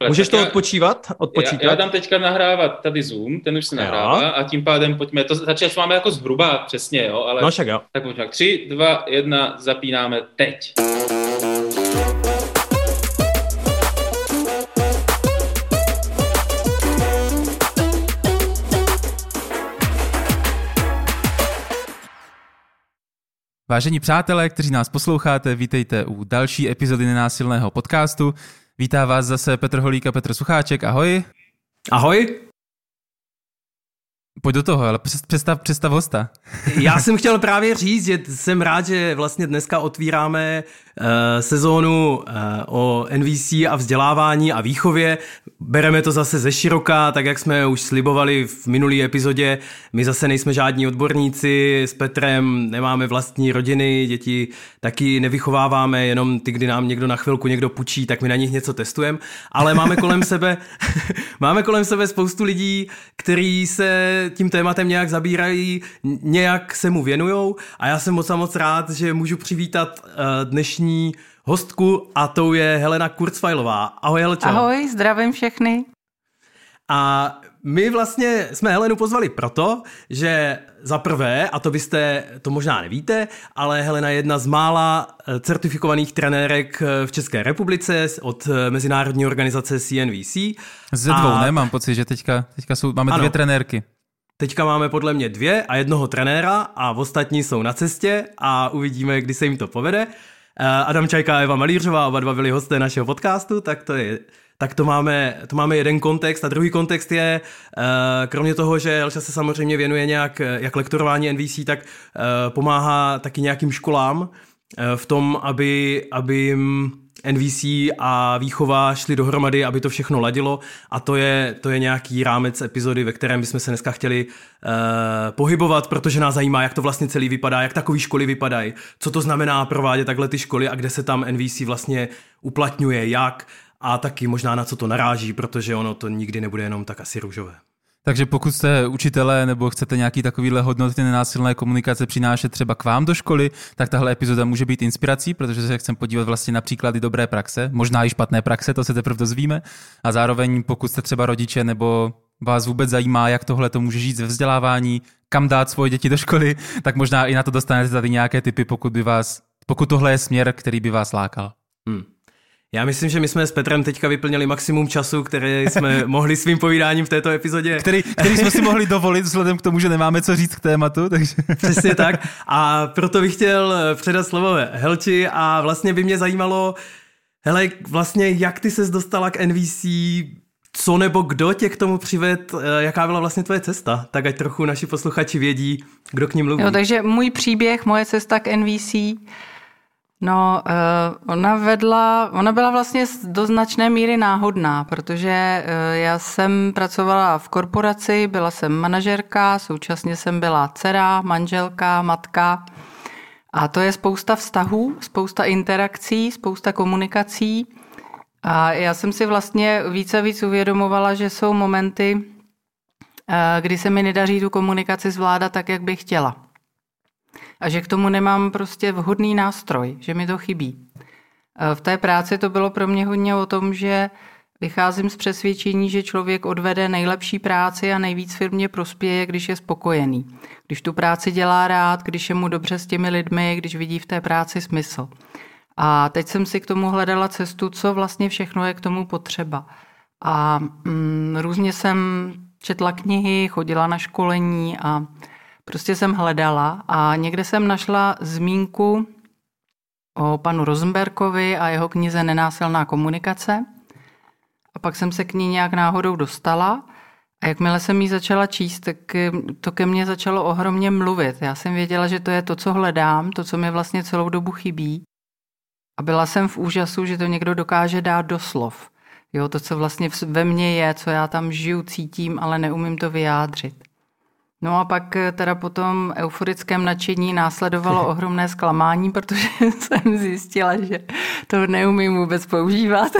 Můžeš to odpočívat? Já dám teďka nahrávat tady Zoom, ten už se nahrává a tím pádem pojďme, to začít máme jako zhruba přesně, jo, ale no však jo. Tak pojďme, 3, 2, 1, zapínáme teď. Vážení přátelé, kteří nás posloucháte, vítejte u další epizody Nenásilného podcastu. Vítá vás zase Petr Holík a Petr Sucháček. Ahoj. Ahoj. Pojď do toho, ale představ hosta. Já jsem chtěl právě říct, že jsem rád, že vlastně dneska otvíráme sezónu o NVC a vzdělávání a výchově. Bereme to zase ze široka, tak jak jsme už slibovali v minulý epizodě. My zase nejsme žádní odborníci, s Petrem nemáme vlastní rodiny, děti taky nevychováváme, jenom ty, kdy nám někdo na chvilku někdo půjčí, tak my na nich něco testujeme. Ale máme kolem sebe spoustu lidí, kteří se tím tématem nějak zabírají, nějak se mu věnujou a já jsem moc rád, že můžu přivítat dnešní hostku a tou je Helena Kurzweilová. Ahoj Helčo. Ahoj, zdravím všechny. A my vlastně jsme Helenu pozvali proto, že za prvé, a to byste to možná nevíte, ale Helena je jedna z mála certifikovaných trenérek v České republice od mezinárodní organizace CNVC. Ze dvou, ne? Mám pocit, že teďka máme dvě trenérky. Teďka máme podle mě 2 a jednoho trenéra a ostatní jsou na cestě a uvidíme, kdy se jim to povede. Adam Čajka a Eva Malířová, oba dva byli hosté našeho podcastu, tak to máme jeden kontext a druhý kontext je, kromě toho, že Elša se samozřejmě věnuje nějak jak lektorování NVC, tak pomáhá taky nějakým školám v tom, aby NVC a výchova šly dohromady, aby to všechno ladilo a to je nějaký rámec epizody, ve kterém bychom se dneska chtěli pohybovat, protože nás zajímá, jak to vlastně celý vypadá, jak takové školy vypadají, co to znamená provádět takhle ty školy a kde se tam NVC vlastně uplatňuje, jak a taky možná na co to naráží, protože ono to nikdy nebude jenom tak asi růžové. Takže pokud jste učitelé nebo chcete nějaký takovýhle hodnoty nenásilné komunikace přinášet třeba k vám do školy, tak tahle epizoda může být inspirací, protože se chcem podívat vlastně na příklady dobré praxe, možná i špatné praxe, to se teprve dozvíme. A zároveň pokud jste třeba rodiče nebo vás vůbec zajímá, jak tohle to může žít ve vzdělávání, kam dát svoje děti do školy, tak možná i na to dostanete tady nějaké tipy, pokud tohle je směr, který by vás lákal. Já myslím, že my jsme s Petrem teďka vyplnili maximum času, který jsme mohli svým povídáním v této epizodě. Který jsme si mohli dovolit vzhledem k tomu, že nemáme co říct k tématu. Takže... Přesně tak. A proto bych chtěl předat slovo Helči a vlastně by mě zajímalo, hele, vlastně jak ty ses dostala k NVC, co nebo kdo tě k tomu přived, jaká byla vlastně tvoje cesta, tak ať trochu naši posluchači vědí, kdo k ním mluví. Jo, takže můj příběh, moje cesta k NVC, no, ona byla vlastně do značné míry náhodná, protože já jsem pracovala v korporaci, byla jsem manažerka, současně jsem byla dcera, manželka, matka a to je spousta vztahů, spousta interakcí, spousta komunikací a já jsem si vlastně víc a víc uvědomovala, že jsou momenty, kdy se mi nedaří tu komunikaci zvládat tak, jak bych chtěla. A že k tomu nemám prostě vhodný nástroj, že mi to chybí. V té práci to bylo pro mě hodně o tom, že vycházím z přesvědčení, že člověk odvede nejlepší práci a nejvíc firmě prospěje, když je spokojený. Když tu práci dělá rád, když je mu dobře s těmi lidmi, když vidí v té práci smysl. A teď jsem si k tomu hledala cestu, co vlastně všechno je k tomu potřeba. A různě jsem četla knihy, chodila na školení a prostě jsem hledala a někde jsem našla zmínku o panu Rosenbergovi a jeho knize Nenásilná komunikace. A pak jsem se k ní nějak náhodou dostala a jakmile jsem ji začala číst, tak to ke mně začalo ohromně mluvit. Já jsem věděla, že to je to, co hledám, to, co mi vlastně celou dobu chybí. A byla jsem v úžasu, že to někdo dokáže dát do slov. Jo, to, co vlastně ve mně je, co já tam žiju, cítím, ale neumím to vyjádřit. No a pak teda po tom euforickém nadšení následovalo ohromné zklamání, protože jsem zjistila, že to neumím vůbec používat.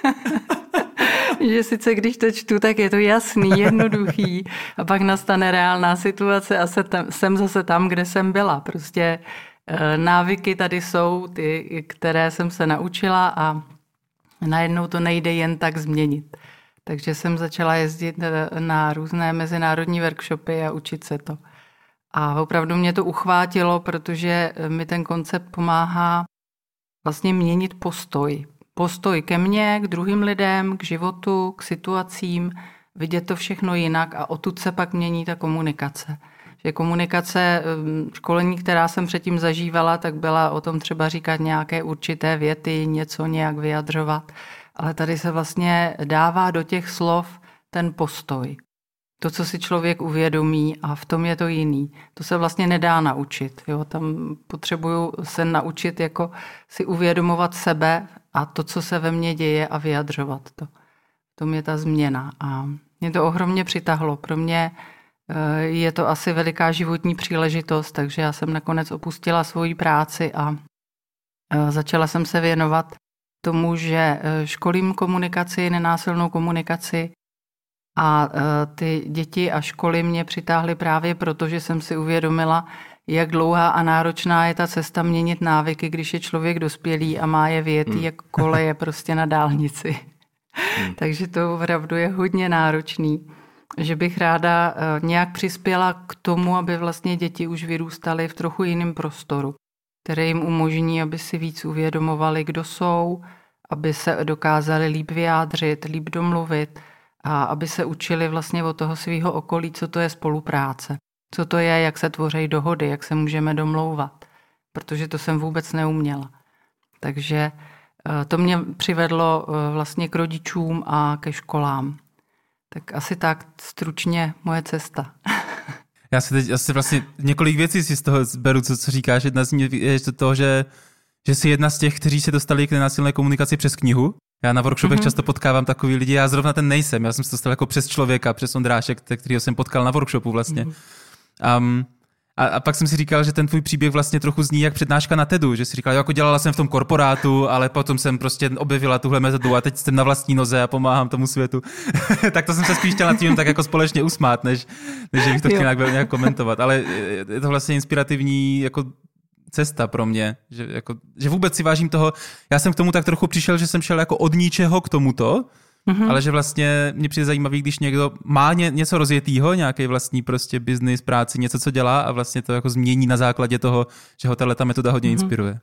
Že sice když to čtu, tak je to jasný, jednoduchý a pak nastane reálná situace a jsem zase tam, kde jsem byla. Prostě návyky tady jsou ty, které jsem se naučila a najednou to nejde jen tak změnit. Takže jsem začala jezdit na různé mezinárodní workshopy a učit se to. A opravdu mě to uchvátilo, protože mi ten koncept pomáhá vlastně měnit postoj. Postoj ke mně, k druhým lidem, k životu, k situacím, vidět to všechno jinak a odtud se pak mění ta komunikace. Že komunikace, školení, která jsem předtím zažívala, tak byla o tom třeba říkat nějaké určité věty, něco nějak vyjadřovat. Ale tady se vlastně dává do těch slov ten postoj. To, co si člověk uvědomí a v tom je to jiný. To se vlastně nedá naučit. Jo? Tam potřebuju se naučit jako si uvědomovat sebe a to, co se ve mně děje a vyjadřovat to. V tom je ta změna. A mě to ohromně přitahlo. Pro mě je to asi veliká životní příležitost, takže já jsem nakonec opustila svoji práci a začala jsem se věnovat tomu, že školím komunikaci, nenásilnou komunikaci a ty děti a školy mě přitáhly právě proto, že jsem si uvědomila, jak dlouhá a náročná je ta cesta měnit návyky, když je člověk dospělý a má je vyjetý jak koleje prostě na dálnici. Takže to opravdu je hodně náročný, že bych ráda nějak přispěla k tomu, aby vlastně děti už vyrůstaly v trochu jiném prostoru, který jim umožní, aby si víc uvědomovali, kdo jsou, aby se dokázali líp vyjádřit, líp domluvit a aby se učili vlastně od toho svého okolí, co to je spolupráce, co to je, jak se tvoří dohody, jak se můžeme domlouvat, protože to jsem vůbec neuměla. Takže to mě přivedlo vlastně k rodičům a ke školám. Tak asi tak stručně moje cesta. Já si vlastně několik věcí si z toho beru, co říkáš. Jedna z nich je to, že jsi jedna z těch, kteří se dostali k nenásilné komunikaci přes knihu. Já na workshopech často potkávám takový lidi, já zrovna ten nejsem. Já jsem se dostal jako přes člověka, přes Ondrášek, kterýho jsem potkal na workshopu vlastně. A pak jsem si říkal, že ten tvůj příběh vlastně trochu zní jak přednáška na TEDu, že si říkal, jako dělala jsem v tom korporátu, ale potom jsem prostě objevila tuhle metodu a teď jsem na vlastní noze a pomáhám tomu světu. Tak to jsem se spíš chtěl nad tím tak jako společně usmát, než že bych to chtěl nějak komentovat. Ale je to vlastně inspirativní jako cesta pro mě, že vůbec si vážím toho. Já jsem k tomu tak trochu přišel, že jsem šel jako od ničeho k tomuto, ale že vlastně mě přijde zajímavý, když někdo má něco rozjetýho, nějaký vlastní prostě biznis, práci, něco, co dělá a vlastně to jako změní na základě toho, že ho tato metoda hodně inspiruje.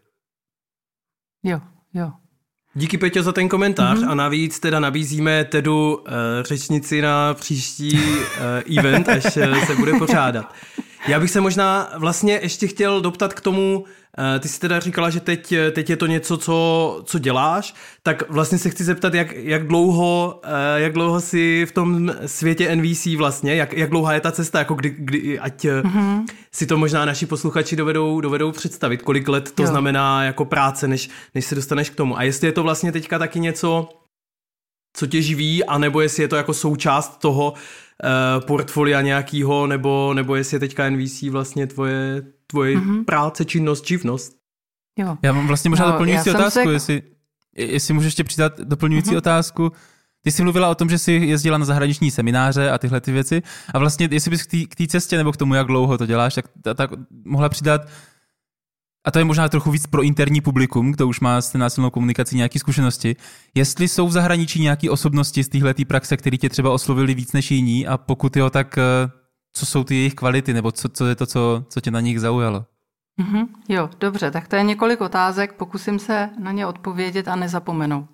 Jo. Díky, Peťo, za ten komentář a navíc teda nabízíme TEDu řečnici na příští event, až se bude pořádat. Já bych se možná vlastně ještě chtěl doptat k tomu, ty jsi teda říkala, že teď je to něco, co děláš, tak vlastně se chci zeptat, jak dlouho jsi v tom světě NVC vlastně, jak dlouhá je ta cesta, jako ať si to možná naši posluchači dovedou představit, kolik let to znamená jako práce, než se dostaneš k tomu. A jestli je to vlastně teďka taky něco, co tě živí, anebo jestli je to jako součást toho portfolia nějakýho, nebo jestli je teďka NVC vlastně tvoje práce, činnost, živnost. Jo. Já mám vlastně možná doplňující otázku, jestli můžu ještě přidat doplňující otázku. Ty jsi mluvila o tom, že jsi jezdila na zahraniční semináře a tyhle ty věci a vlastně jestli bys k té cestě nebo k tomu, jak dlouho to děláš, tak mohla přidat, a to je možná trochu víc pro interní publikum, kdo už má s násilnou komunikací nějaké zkušenosti, jestli jsou v zahraničí nějaké osobnosti z téhletý praxe, které tě třeba oslovili víc než jiní a pokud jo, tak co jsou ty jejich kvality nebo co je to, co tě na nich zaujalo? Jo, dobře, tak to je několik otázek, pokusím se na ně odpovědět a nezapomenout.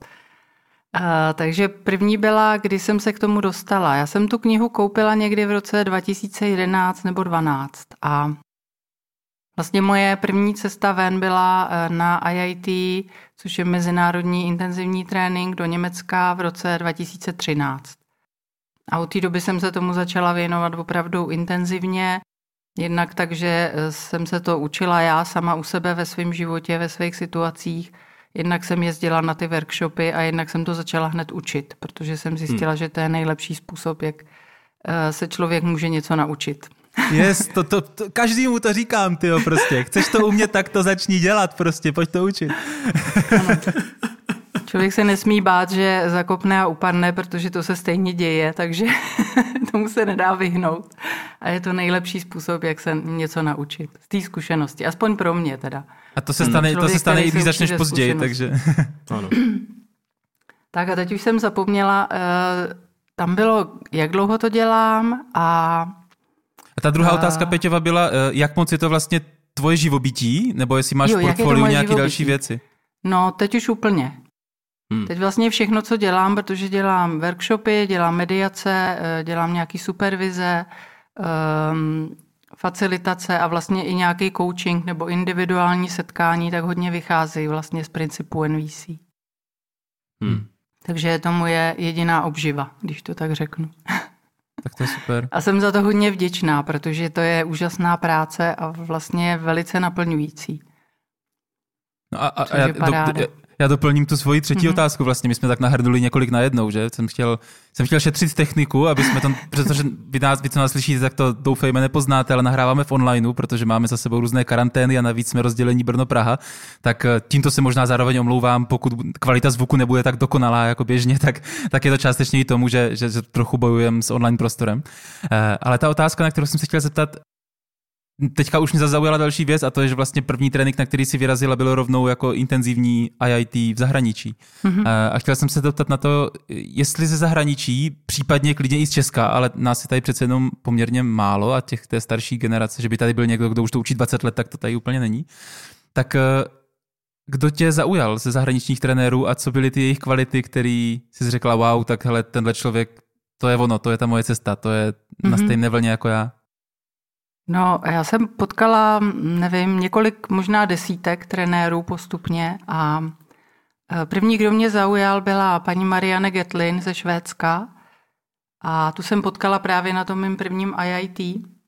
Takže první byla, kdy jsem se k tomu dostala. Já jsem tu knihu koupila někdy v roce 2011 nebo 2012 a vlastně moje první cesta ven byla na IIT, což je mezinárodní intenzivní trénink do Německa v roce 2013. A od té doby jsem se tomu začala věnovat opravdu intenzivně, jednak takže jsem se to učila já sama u sebe ve svém životě, ve svých situacích, jednak jsem jezdila na ty workshopy a jednak jsem to začala hned učit, protože jsem zjistila, že to je nejlepší způsob, jak se člověk může něco naučit. To každému to říkám, tyjo, prostě. Chceš to umět, tak to začni dělat, prostě, pojď to učit. Ano. Člověk se nesmí bát, že zakopne a upadne, protože to se stejně děje, takže tomu se nedá vyhnout. A je to nejlepší způsob, jak se něco naučit. Z té zkušenosti, aspoň pro mě teda. A to se stane, i když začneš později, takže... Ano. Tak a teď už jsem zapomněla, tam bylo, jak dlouho to dělám a ta druhá otázka, Peťova, byla, jak moc je to vlastně tvoje živobytí, nebo jestli máš v portfoliu nějaké další věci? No, teď už úplně. Teď vlastně všechno, co dělám, protože dělám workshopy, dělám mediace, dělám nějaký supervize, facilitace a vlastně i nějaký coaching nebo individuální setkání, tak hodně vychází vlastně z principu NVC. Takže tomu je jediná obživa, když to tak řeknu. Tak to je super. A jsem za to hodně vděčná, protože to je úžasná práce a vlastně velice naplňující. No a já doplním tu svoji třetí otázku. Vlastně my jsme tak nahrnuli několik najednou, že? Jsem chtěl šetřit techniku, aby jsme to, protože vy co nás slyšíte, tak to doufejme nepoznáte, ale nahráváme v onlineu, protože máme za sebou různé karantény a navíc jsme rozdělení Brno-Praha. Tak tímto se možná zároveň omlouvám, pokud kvalita zvuku nebude tak dokonalá jako běžně, tak je to částečně i tomu, že trochu bojujeme s online prostorem. Ale ta otázka, na kterou jsem se chtěl zeptat, teďka už mě zaujala další věc a to je, že vlastně první trénink, na který si vyrazila, bylo rovnou jako intenzivní IIT v zahraničí. A chtěl jsem se doptat na to, jestli ze zahraničí, případně klidně i z Česka, ale nás je tady přece jenom poměrně málo a té starší generace, že by tady byl někdo, kdo už to učí 20 let, tak to tady úplně není. Tak kdo tě zaujal ze zahraničních trenérů a co byly ty jejich kvality, který jsi řekla, wow, tak hele, tenhle člověk, to je ono, to je ta moje cesta, to je na stejné vlně jako já. No, já jsem potkala, nevím, několik, možná desítek trenérů postupně a první, kdo mě zaujal, byla paní Marianne Getlin ze Švédska a tu jsem potkala právě na tom mým prvním IIT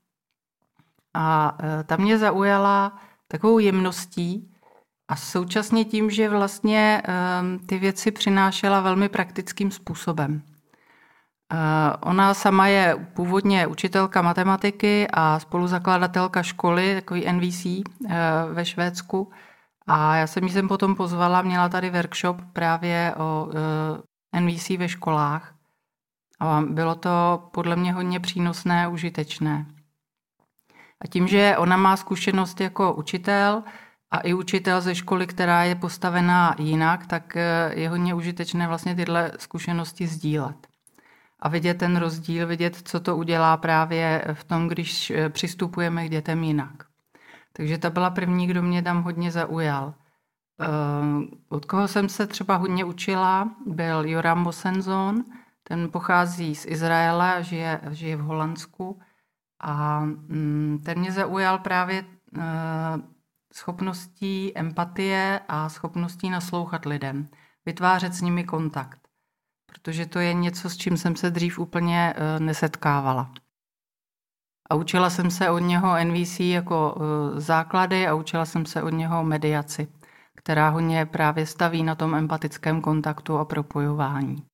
a ta mě zaujala takovou jemností a současně tím, že vlastně ty věci přinášela velmi praktickým způsobem. Ona sama je původně učitelka matematiky a spoluzakladatelka školy, takový NVC ve Švédsku. A já jsem ji sem potom pozvala, měla tady workshop právě o NVC ve školách. A bylo to podle mě hodně přínosné a užitečné. A tím, že ona má zkušenost jako učitel a i učitel ze školy, která je postavená jinak, tak je hodně užitečné vlastně tyhle zkušenosti sdílet. A vidět ten rozdíl, vidět, co to udělá právě v tom, když přistupujeme k dětem jinak. Takže ta byla první, kdo mě tam hodně zaujal. Od koho jsem se třeba hodně učila, byl Joram Bosenzon. Ten pochází z Izraele a žije v Holandsku. A ten mě zaujal právě schopností empatie a schopností naslouchat lidem. Vytvářet s nimi kontakt. Protože to je něco, s čím jsem se dřív úplně nesetkávala. A učila jsem se od něho NVC jako základy a učila jsem se od něho mediaci, která hodně právě staví na tom empatickém kontaktu a propojování.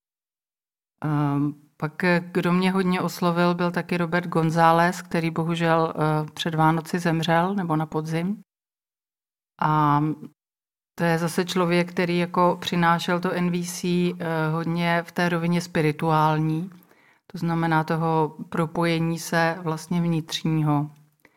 Pak, kdo mě hodně oslovil, byl taky Robert González, který bohužel před Vánoci zemřel, nebo na podzim. A to je zase člověk, který jako přinášel to NVC hodně v té rovině spirituální. To znamená toho propojení se vlastně vnitřního.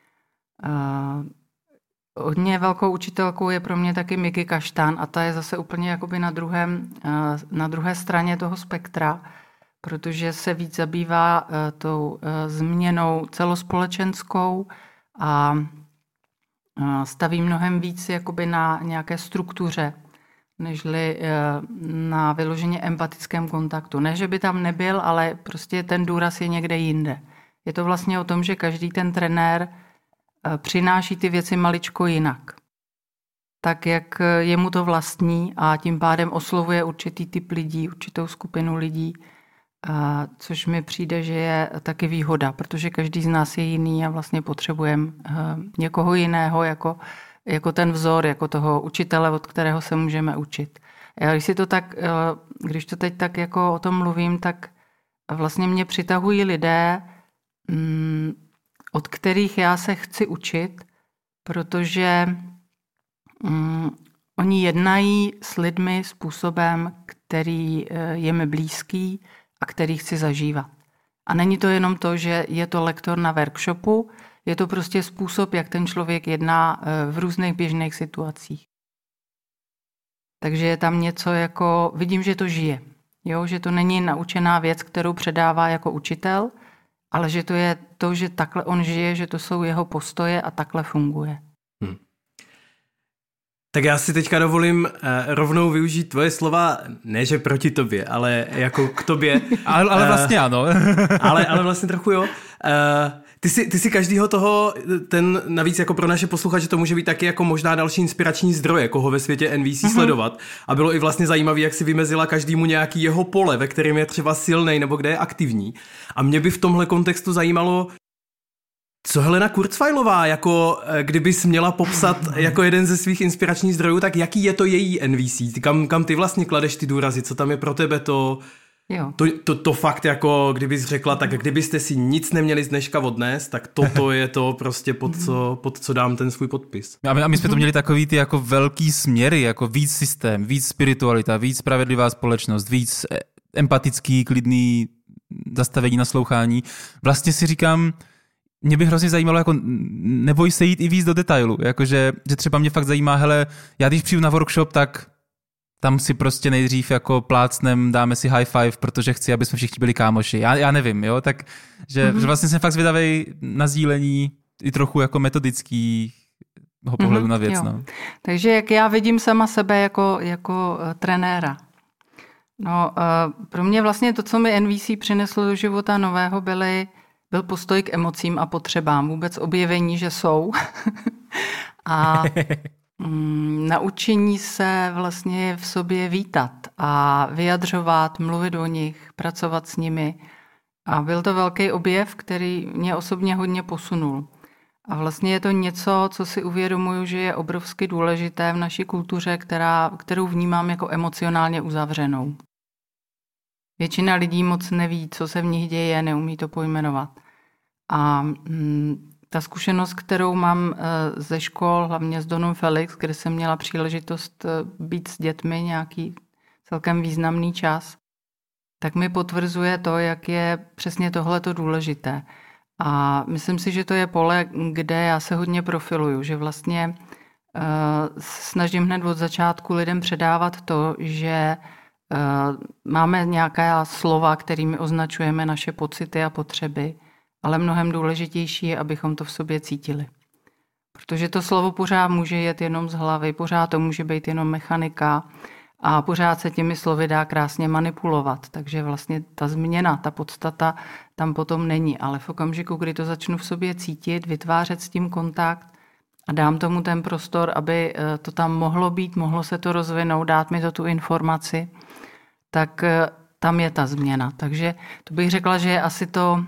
Hodně velkou učitelkou je pro mě taky Miki Kaštan a ta je zase úplně jakoby na druhé straně toho spektra, protože se víc zabývá tou změnou celospolečenskou a staví mnohem víc jakoby na nějaké struktuře, nežli na vyloženě empatickém kontaktu. Ne, že by tam nebyl, ale prostě ten důraz je někde jinde. Je to vlastně o tom, že každý ten trenér přináší ty věci maličko jinak. Tak, jak je mu to vlastní a tím pádem oslovuje určitý typ lidí, určitou skupinu lidí, což mi přijde, že je taky výhoda, protože každý z nás je jiný a vlastně potřebujeme někoho jiného jako ten vzor, jako toho učitele, od kterého se můžeme učit. Když to teď tak jako o tom mluvím, tak vlastně mě přitahují lidé, od kterých já se chci učit, protože oni jednají s lidmi způsobem, který je mi blízký a který chci zažívat. A není to jenom to, že je to lektor na workshopu, je to prostě způsob, jak ten člověk jedná v různých běžných situacích. Takže je tam něco jako, vidím, že to žije. Jo, že to není naučená věc, kterou předává jako učitel, ale že to je to, že takhle on žije, že to jsou jeho postoje a takhle funguje. Tak já si teďka dovolím rovnou využít tvoje slova, ne že proti tobě, ale jako k tobě. ale vlastně ano. ale vlastně trochu jo. Ty si každýho toho, navíc jako pro naše posluchače to může být taky jako možná další inspirační zdroj, jako ho ve světě NVC sledovat. A bylo i vlastně zajímavé, jak si vymezila každému nějaký jeho pole, ve kterém je třeba silnej nebo kde je aktivní. A mě by v tomhle kontextu zajímalo, co Helena Kurzweilová, jako kdybys měla popsat jako jeden ze svých inspiračních zdrojů, tak jaký je to její NVC? Kam ty vlastně kladeš ty důrazy? Co tam je pro tebe to fakt jako, kdybys řekla, tak kdybyste si nic neměli z dneška odnést, tak toto je to prostě pod co dám ten svůj podpis. A my jsme to měli takový ty jako velký směry, jako víc systém, víc spiritualita, víc spravedlivá společnost, víc empatický, klidný zastavení, naslouchání. Vlastně si říkám, mě by hrozně zajímalo, jako neboj se jít i víc do detailu, jakože že třeba mě fakt zajímá, hele, já když přijdu na workshop, tak tam si prostě nejdřív jako plácnem dáme si high five, protože chci, aby jsme všichni byli kámoši. Já nevím, jo, tak že vlastně jsem fakt zvědavej na sdílení i trochu jako metodického pohledu na věc. No. Takže jak já vidím sama sebe jako trenéra. No, pro mě vlastně to, co mi NVC přineslo do života nového, byl postoj k emocím a potřebám. Vůbec objevení, že jsou. A naučení se vlastně v sobě vítat a vyjadřovat, mluvit o nich, pracovat s nimi. A byl to velký objev, který mě osobně hodně posunul. A vlastně je to něco, co si uvědomuju, že je obrovsky důležité v naší kultuře, kterou vnímám jako emocionálně uzavřenou. Většina lidí moc neví, co se v nich děje, neumí to pojmenovat. A ta zkušenost, kterou mám ze škol, hlavně s Donem Felix, kde jsem měla příležitost být s dětmi nějaký celkem významný čas, tak mi potvrzuje to, jak je přesně tohleto důležité. A myslím si, že to je pole, kde já se hodně profiluju, že vlastně snažím hned od začátku lidem předávat to, že máme nějaká slova, kterými označujeme naše pocity a potřeby, ale mnohem důležitější je, abychom to v sobě cítili. Protože to slovo pořád může jet jenom z hlavy, pořád to může být jenom mechanika a pořád se těmi slovy dá krásně manipulovat. Takže vlastně ta změna, ta podstata tam potom není. Ale v okamžiku, kdy to začnu v sobě cítit, vytvářet s tím kontakt a dám tomu ten prostor, aby to tam mohlo být, mohlo se to rozvinout, dát mi to tu informaci, tak tam je ta změna. Takže to bych řekla, že je asi to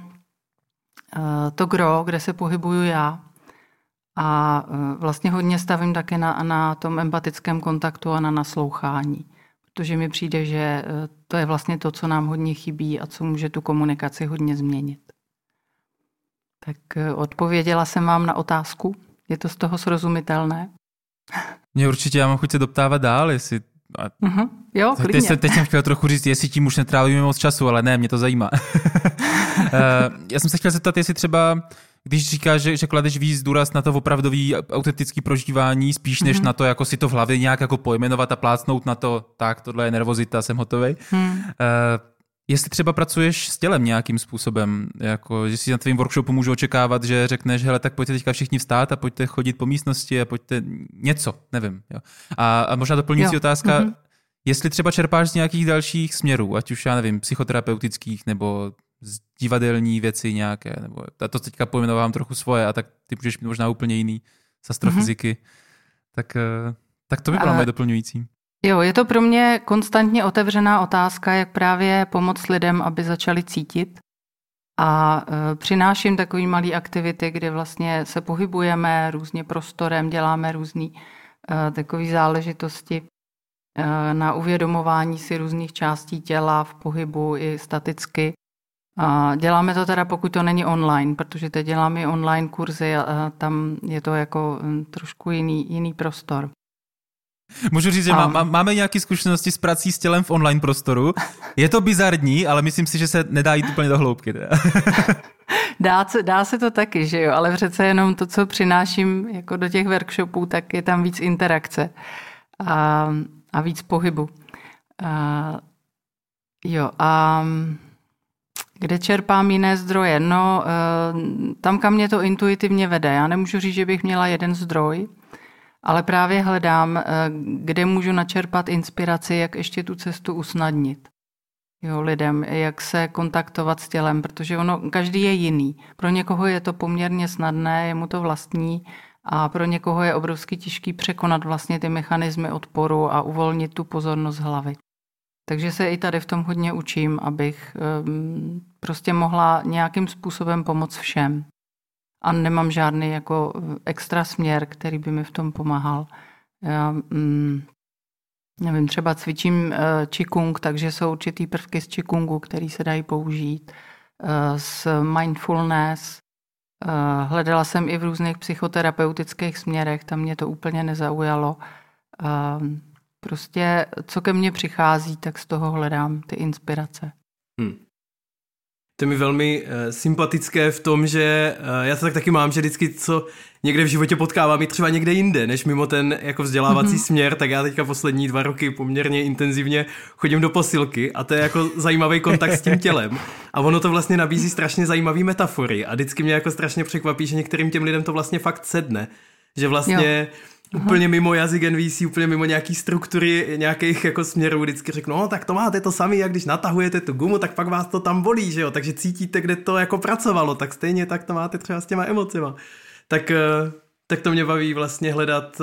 gro, kde se pohybuju já. A vlastně hodně stavím také na tom empatickém kontaktu a na naslouchání. Protože mi přijde, že to je vlastně to, co nám hodně chybí a co může tu komunikaci hodně změnit. Tak odpověděla jsem vám na otázku. Je to z toho srozumitelné? Mě určitě, já mám chuť se doptávat dál, jestli... Jo, klidně. Teď jsem chtěl trochu říct, jestli tím už netrávíme moc času, ale ne, mě to zajímá. Já jsem se chtěl zeptat, jestli třeba, když říkáš, že kladeš víc důraz na to opravdový autentický prožívání, spíš než na to, jako si to v hlavě nějak jako pojmenovat a plácnout na to, tak, tohle je nervozita, jsem hotovej. Jestli třeba pracuješ s tělem nějakým způsobem, jako, že si na tvým workshopu můžu očekávat, že řekneš, hele, tak pojďte teďka všichni vstát a pojďte chodit po místnosti a pojďte něco, nevím. Jo. A možná doplňující otázka, jestli třeba čerpáš z nějakých dalších směrů, ať už, já nevím, psychoterapeutických nebo z divadelní věci nějaké, nebo a to teďka pojmenovám trochu svoje a tak ty můžeš mít možná úplně jiný z astrofyziky. Tak to by byla moje doplňující. Jo, je to pro mě konstantně otevřená otázka, jak právě pomoct lidem, aby začali cítit. A přináším takový malý aktivity, kde vlastně se pohybujeme různě prostorem, děláme různé takové záležitosti na uvědomování si různých částí těla v pohybu i staticky. A děláme to teda, pokud to není online, protože teď děláme i online kurzy a tam je to jako trošku jiný prostor. Můžu říct, že máme nějaké zkušenosti s prací s tělem v online prostoru. Je to bizarní, ale myslím si, že se nedá jít úplně do hloubky. Dá se to taky, že jo, ale přece jenom to, co přináším jako do těch workshopů, tak je tam víc interakce a víc pohybu. Jo, a kde čerpám jiné zdroje? No, tam, kam mě to intuitivně vede. Já nemůžu říct, že bych měla jeden zdroj, ale právě hledám, kde můžu načerpat inspiraci, jak ještě tu cestu usnadnit. Jo, lidem, jak se kontaktovat s tělem, protože každý je jiný. Pro někoho je to poměrně snadné, je mu to vlastní, a pro někoho je obrovsky těžký překonat vlastně ty mechanismy odporu a uvolnit tu pozornost hlavy. Takže se i tady v tom hodně učím, abych prostě mohla nějakým způsobem pomoct všem. A nemám žádný jako extra směr, který by mi v tom pomáhal. Já nevím, třeba cvičím Qigong, takže jsou určitý prvky z Qigongu, které se dají použít. S mindfulness. Hledala jsem i v různých psychoterapeutických směrech, tam mě to úplně nezaujalo. Prostě co ke mně přichází, tak z toho hledám ty inspirace. To je mi velmi sympatické v tom, že já to tak taky mám, že vždycky co někde v životě potkávám i třeba někde jinde, než mimo ten jako vzdělávací směr, tak já teďka poslední 2 roky poměrně intenzivně chodím do posilky a to je jako zajímavý kontakt s tím tělem. A ono to vlastně nabízí strašně zajímavý metafory a vždycky mě jako strašně překvapí, že některým těm lidem to vlastně fakt sedne. Že vlastně úplně mimo jazyk NVC, úplně mimo nějaký struktury, nějakých jako směrů vždycky řeknu, no tak to máte to samý, jak když natahujete tu gumu, tak pak vás to tam bolí, že jo, takže cítíte, kde to jako pracovalo, tak stejně tak to máte třeba s těma emocima. Tak to mě baví vlastně hledat,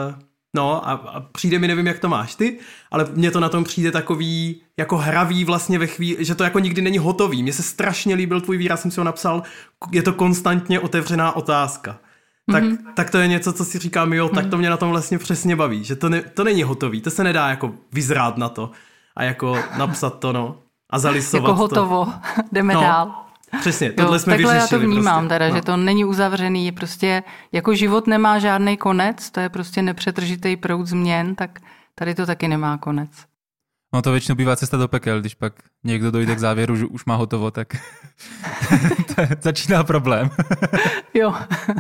a přijde mi, nevím, jak to máš ty, ale mně to na tom přijde takový jako hravý vlastně ve chvíli, že to jako nikdy není hotový. Mně se strašně líbil tvůj výraz, jsem si ho napsal, je to konstantně otevřená otázka. Tak to je něco, co si říkám, jo, tak to mě na tom vlastně přesně baví, že to není hotový, to se nedá jako vyzrát na to a jako napsat to, a zalisovat jako hotovo, jdeme dál. Přesně, tohle jsme vyřešili. Takhle já to vnímám prostě. že to není uzavřený, je prostě, jako život nemá žádný konec, to je prostě nepřetržitý proud změn, tak tady to taky nemá konec. No to většinou bývá cesta do pekel, když pak někdo dojde k závěru, že už má hotovo, tak začíná problém. Jo.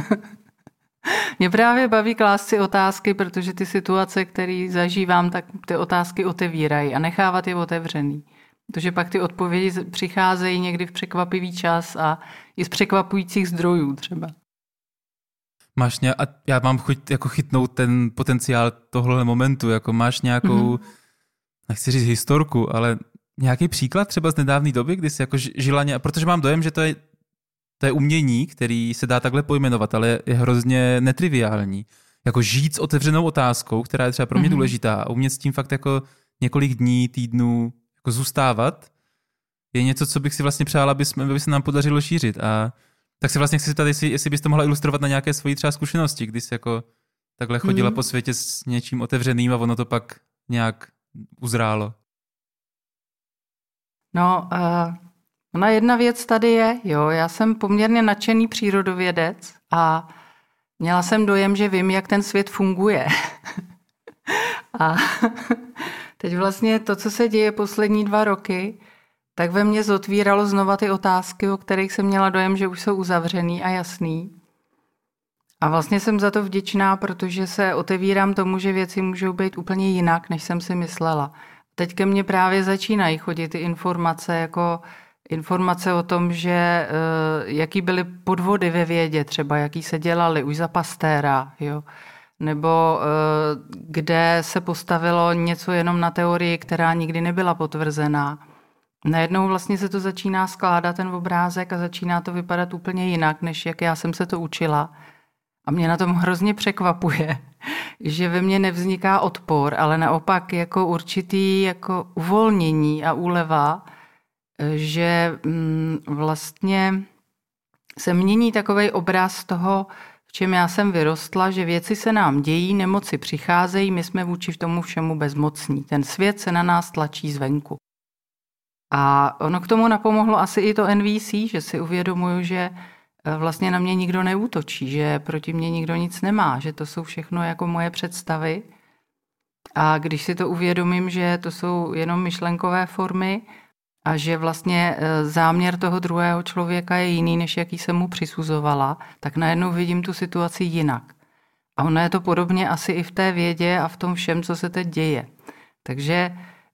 Mě právě baví klást si otázky, protože ty situace, které zažívám, tak ty otázky otevírají a nechávat je otevřený. Protože pak ty odpovědi přicházejí někdy v překvapivý čas a i z překvapujících zdrojů třeba. Máš a já mám chuť jako chytnout ten potenciál tohohle momentu, jako máš nějakou, nechci říct historku, ale nějaký příklad třeba z nedávné doby, kdy jsi jako žila protože mám dojem, že to je umění, který se dá takhle pojmenovat, ale je hrozně netriviální. Jako žít s otevřenou otázkou, která je třeba pro mě důležitá a umět s tím fakt jako několik dní, týdnů jako zůstávat, je něco, co bych si vlastně přála, aby se nám podařilo šířit. A tak si vlastně chci zeptat, jestli bys to mohla ilustrovat na nějaké svoji třeba zkušenosti, kdy jsi jako takhle chodila po světě s něčím otevřeným a ono to pak nějak uzrálo. No, ona jedna věc tady je, já jsem poměrně nadšený přírodovědec a měla jsem dojem, že vím, jak ten svět funguje. A teď vlastně to, co se děje poslední 2 roky, tak ve mně zotvíralo znova ty otázky, o kterých jsem měla dojem, že už jsou uzavřený a jasný. A vlastně jsem za to vděčná, protože se otevírám tomu, že věci můžou být úplně jinak, než jsem si myslela. Teď ke mně právě začínají chodit ty informace, jako informace o tom, že jaký byly podvody ve vědě, třeba jaký se dělaly už za Pastéra, nebo kde se postavilo něco jenom na teorii, která nikdy nebyla potvrzená. Najednou vlastně se to začíná skládat ten obrázek a začíná to vypadat úplně jinak, než jak já jsem se to učila. A mě na tom hrozně překvapuje, že ve mně nevzniká odpor, ale naopak jako určitý jako uvolnění a úleva, že vlastně se mění takovej obraz toho, v čem já jsem vyrostla, že věci se nám dějí, nemoci přicházejí, my jsme vůči tomu všemu bezmocní. Ten svět se na nás tlačí zvenku. A ono k tomu napomohlo asi i to NVC, že si uvědomuju, že vlastně na mě nikdo neútočí, že proti mě nikdo nic nemá, že to jsou všechno jako moje představy. A když si to uvědomím, že to jsou jenom myšlenkové formy a že vlastně záměr toho druhého člověka je jiný, než jaký jsem mu přisuzovala, tak najednou vidím tu situaci jinak. A ono je to podobně asi i v té vědě a v tom všem, co se teď děje. Takže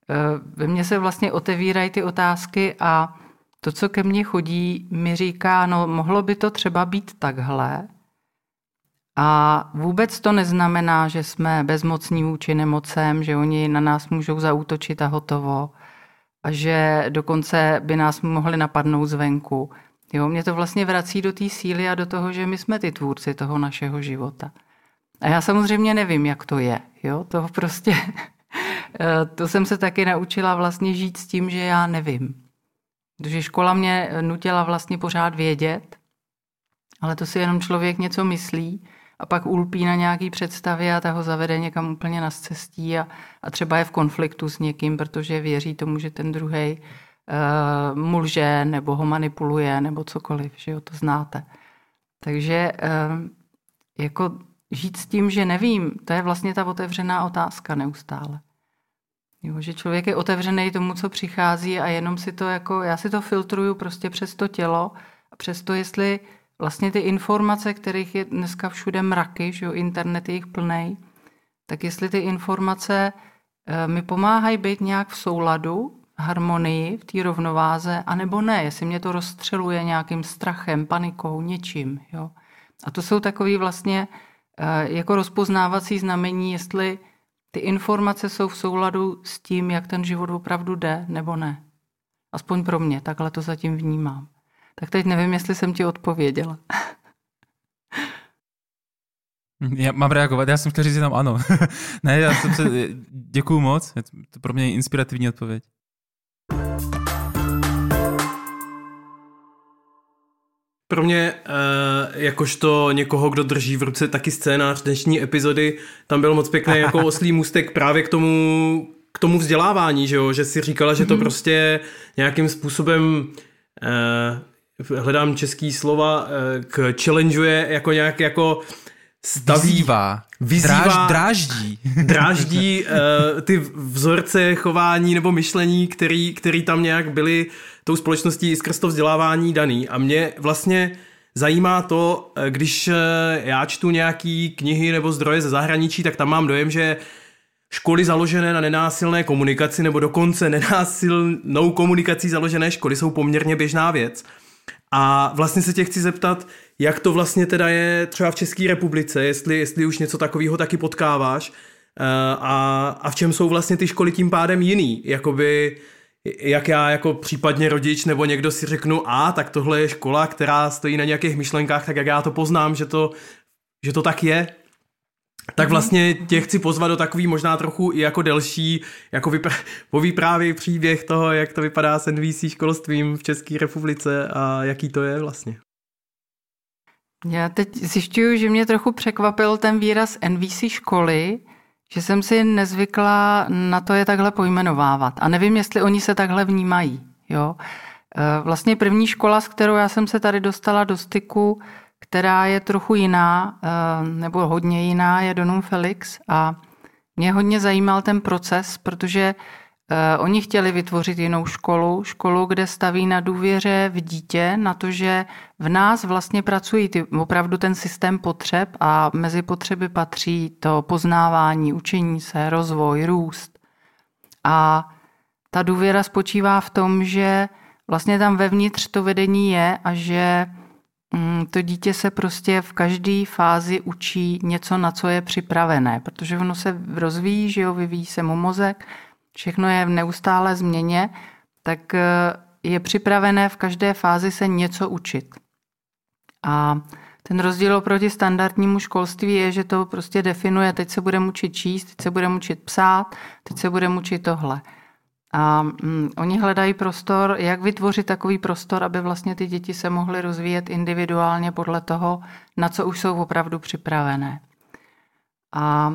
ve mně se vlastně otevírají ty otázky a to, co ke mně chodí, mi říká, no mohlo by to třeba být takhle. A vůbec to neznamená, že jsme bezmocní vůči nemocem, že oni na nás můžou zaútočit a hotovo. A že dokonce by nás mohli napadnout zvenku. Jo, mě to vlastně vrací do té síly a do toho, že my jsme ty tvůrci toho našeho života. A já samozřejmě nevím, jak to je. Jo? To prostě, to jsem se taky naučila vlastně žít s tím, že já nevím. Protože škola mě nutila vlastně pořád vědět, ale to si jenom člověk něco myslí a pak ulpí na nějaký představě a ta ho zavede někam úplně na scestí a třeba je v konfliktu s někým, protože věří tomu, že ten druhej mu lže nebo ho manipuluje nebo cokoliv, že jo, to znáte. Takže jako žít s tím, že nevím, to je vlastně ta otevřená otázka neustále. Jo, že člověk je otevřený tomu, co přichází a jenom si to jako, já si to filtruju prostě přes to tělo a přes to, jestli vlastně ty informace, kterých je dneska všude mraky, že jo, internet je jich plnej, tak jestli ty informace mi pomáhají být nějak v souladu, v harmonii, v té rovnováze, anebo ne, jestli mě to rozstřeluje nějakým strachem, panikou, něčím. Jo. A to jsou takový vlastně jako rozpoznávací znamení, jestli ty informace jsou v souladu s tím, jak ten život opravdu jde, nebo ne. Aspoň pro mě, takhle to zatím vnímám. Tak teď nevím, jestli jsem ti odpověděla. Já mám reagovat, já jsem chtěl říct jenom ano. Ne, děkuju moc, to pro mě je inspirativní odpověď. Pro mě, jakožto někoho, kdo drží v ruce taky scénář dnešní epizody, tam byl moc pěkný jako oslý můstek právě k tomu vzdělávání, že jo? Že si říkala, že to prostě nějakým způsobem, hledám český slova, challengeuje jako nějak jako staví, vyzývá, dráždí ty vzorce chování nebo myšlení, který tam nějak byly tou společností skrz to vzdělávání daný. A mě vlastně zajímá to, když já čtu nějaký knihy nebo zdroje ze zahraničí, tak tam mám dojem, že školy založené na nenásilné komunikaci nebo dokonce nenásilnou komunikací založené školy jsou poměrně běžná věc. A vlastně se tě chci zeptat, jak to vlastně teda je třeba v České republice, jestli už něco takového taky potkáváš a v čem jsou vlastně ty školy tím pádem jiný, jakoby jak já jako případně rodič nebo někdo si řeknu, tak tohle je škola, která stojí na nějakých myšlenkách, tak jak já to poznám, že to tak je. Tak vlastně tě chci pozvat do takový možná trochu i jako delší, jako povyprávěj příběh toho, jak to vypadá s NVC školstvím v České republice a jaký to je vlastně. Já teď zjišťuju, že mě trochu překvapil ten výraz NVC školy, že jsem si nezvykla na to je takhle pojmenovávat. A nevím, jestli oni se takhle vnímají. Jo? Vlastně první škola, s kterou já jsem se tady dostala do styku, která je trochu jiná, nebo hodně jiná, je Donum Felix. A mě hodně zajímal ten proces, protože oni chtěli vytvořit jinou školu, kde staví na důvěře v dítě, na to, že v nás vlastně pracují opravdu ten systém potřeb a mezi potřeby patří to poznávání, učení se, rozvoj, růst. A ta důvěra spočívá v tom, že vlastně tam vevnitř to vedení je a že to dítě se prostě v každé fázi učí něco, na co je připravené, protože ono se rozvíjí, že jo, vyvíjí se mu mozek, všechno je v neustálé změně, tak je připravené v každé fázi se něco učit. A ten rozdíl oproti standardnímu školství je, že to prostě definuje, teď se budeme učit číst, teď se budeme učit psát, teď se budeme učit tohle. A oni hledají prostor, jak vytvořit takový prostor, aby vlastně ty děti se mohly rozvíjet individuálně podle toho, na co už jsou opravdu připravené. A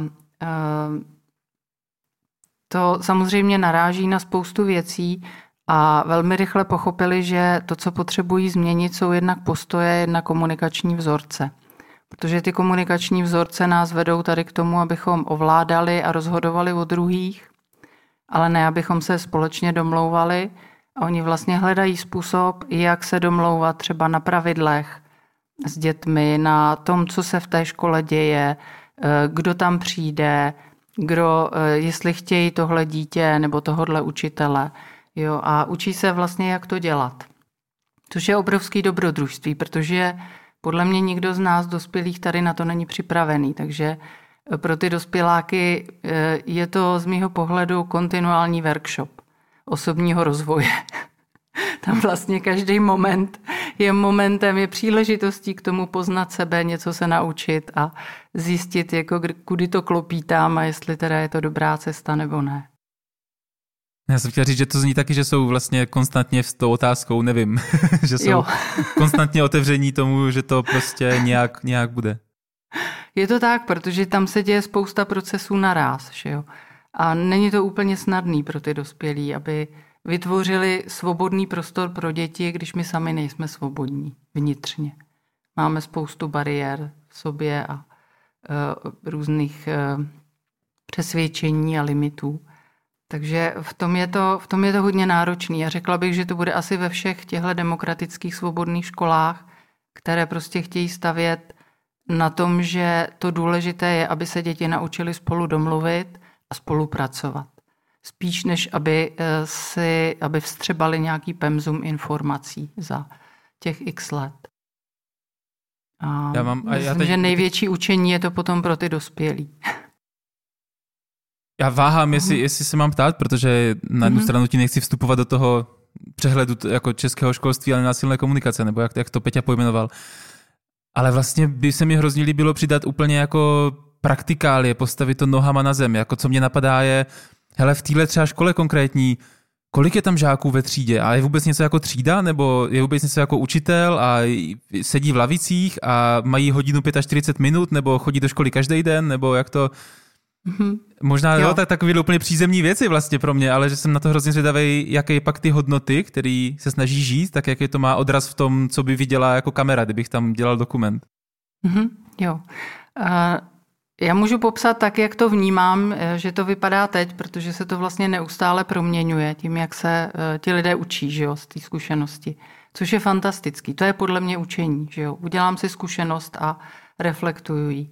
to samozřejmě naráží na spoustu věcí a velmi rychle pochopili, že to, co potřebují změnit, jsou jednak postoje, jednak komunikační vzorce. Protože ty komunikační vzorce nás vedou tady k tomu, abychom ovládali a rozhodovali o druhých, ale ne, abychom se společně domlouvali. A oni vlastně hledají způsob, jak se domlouvat třeba na pravidlech s dětmi, na tom, co se v té škole děje, kdo tam přijde, jestli chtějí tohle dítě nebo tohodle učitele. Jo, a učí se vlastně, jak to dělat. Což je obrovský dobrodružství, protože podle mě nikdo z nás dospělých tady na to není připravený. Takže pro ty dospěláky je to z mýho pohledu kontinuální workshop osobního rozvoje. Tam vlastně každý moment je momentem, je příležitostí k tomu poznat sebe, něco se naučit a zjistit, jako kudy to klopítám a jestli teda je to dobrá cesta nebo ne. Já jsem chtěl říct, že to zní taky, že jsou vlastně konstantně s tou otázkou, nevím, že jsou konstantně otevření tomu, že to prostě nějak bude. Je to tak, protože tam se děje spousta procesů naráz, že jo. A není to úplně snadný pro ty dospělí, aby vytvořili svobodný prostor pro děti, když my sami nejsme svobodní vnitřně. Máme spoustu bariér v sobě a různých přesvědčení a limitů. Takže v tom je to hodně náročný. A řekla bych, že to bude asi ve všech těchto demokratických svobodných školách, které prostě chtějí stavět na tom, že to důležité je, aby se děti naučili spolu domluvit a spolupracovat. Spíš než aby vstřebali nějaký pemzum informací za těch x let. Myslím, že největší učení je to potom pro ty dospělí. Já váhám, jestli se mám ptát, protože na jednu stranu ti nechci vstupovat do toho přehledu jako českého školství, ale nenásilné komunikace, nebo jak to Peťa pojmenoval. Ale vlastně by se mi hrozně líbilo přidat úplně jako praktikálie, postavit to nohama na zem. Jako co mě napadá je, hele, v téhle třeba škole konkrétní, kolik je tam žáků ve třídě? A je vůbec něco jako třída? Nebo je vůbec něco jako učitel a sedí v lavicích a mají hodinu 45 minut? Nebo chodí do školy každý den? Nebo jak to... Možná tak takové úplně přízemní věci vlastně pro mě, ale že jsem na to hrozně zvědavý, jaké pak ty hodnoty, který se snaží žít, tak jak je to má odraz v tom, co by viděla jako kamera, kdybych tam dělal dokument. Jo. Já můžu popsat tak, jak to vnímám, že to vypadá teď, protože se to vlastně neustále proměňuje tím, jak se ti lidé učí, že jo, z té zkušenosti. Což je fantastický. To je podle mě učení, že jo. Udělám si zkušenost a reflektuju ji.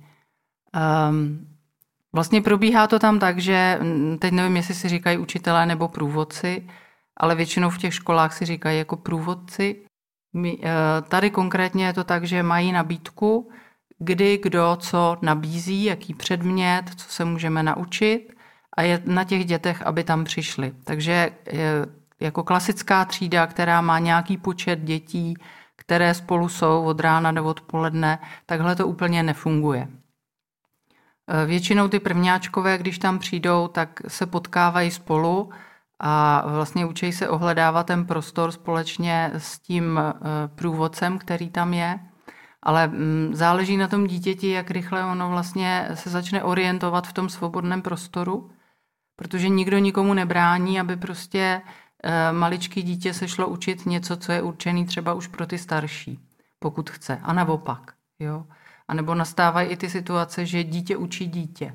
Vlastně probíhá to tam tak, že teď nevím, jestli si říkají učitelé nebo průvodci, ale většinou v těch školách si říkají jako průvodci. Tady konkrétně je to tak, že mají nabídku, kdy kdo co nabízí, jaký předmět, co se můžeme naučit a je na těch dětech, aby tam přišli. Takže jako klasická třída, která má nějaký počet dětí, které spolu jsou od rána do odpoledne, takhle to úplně nefunguje. Většinou ty prvňáčkové, když tam přijdou, tak se potkávají spolu a vlastně učí se ohledávat ten prostor společně s tím průvodcem, který tam je. Ale záleží na tom dítěti, jak rychle ono vlastně se začne orientovat v tom svobodném prostoru, protože nikdo nikomu nebrání, aby prostě maličký dítě se šlo učit něco, co je určený třeba už pro ty starší, pokud chce. A naopak, jo. A nebo nastávají i ty situace, že dítě učí dítě.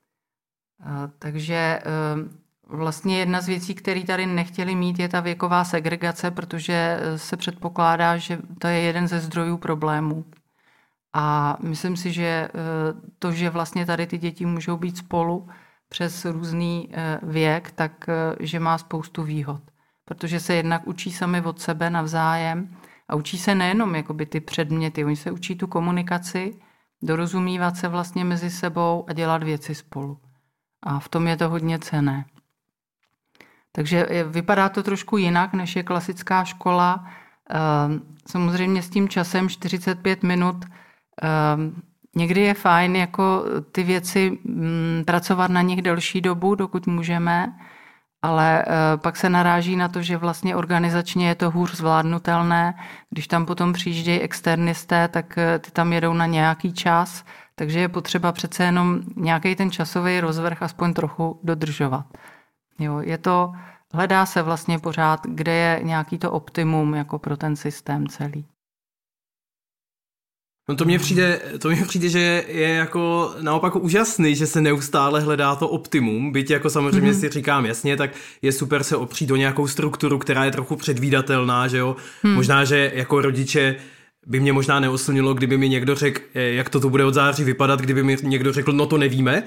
Takže vlastně jedna z věcí, které tady nechtěli mít, je ta věková segregace, protože se předpokládá, že to je jeden ze zdrojů problémů. A myslím si, že to, že vlastně tady ty děti můžou být spolu přes různý věk, tak že má spoustu výhod. Protože se jednak učí sami od sebe navzájem a učí se nejenom jakoby ty předměty, oni se učí tu komunikaci, dorozumívat se vlastně mezi sebou a dělat věci spolu. A v tom je to hodně cenné. Takže vypadá to trošku jinak, než je klasická škola. Samozřejmě s tím časem 45 minut někdy je fajn jako ty věci pracovat na nich delší dobu, dokud můžeme, ale pak se naráží na to, že vlastně organizačně je to hůř zvládnutelné. Když tam potom přijíždějí externisté, tak ty tam jedou na nějaký čas, takže je potřeba přece jenom nějaký ten časový rozvrh aspoň trochu dodržovat. Jo, hledá se vlastně pořád, kde je nějaký to optimum jako pro ten systém celý. No to mně přijde, že je jako naopak úžasný, že se neustále hledá to optimum, byť jako samozřejmě si říkám jasně, tak je super se opřít o nějakou strukturu, která je trochu předvídatelná, že jo. Možná, že jako rodiče by mě možná neoslnilo, kdyby mi někdo řekl, jak to bude od září vypadat, kdyby mi někdo řekl, no to nevíme,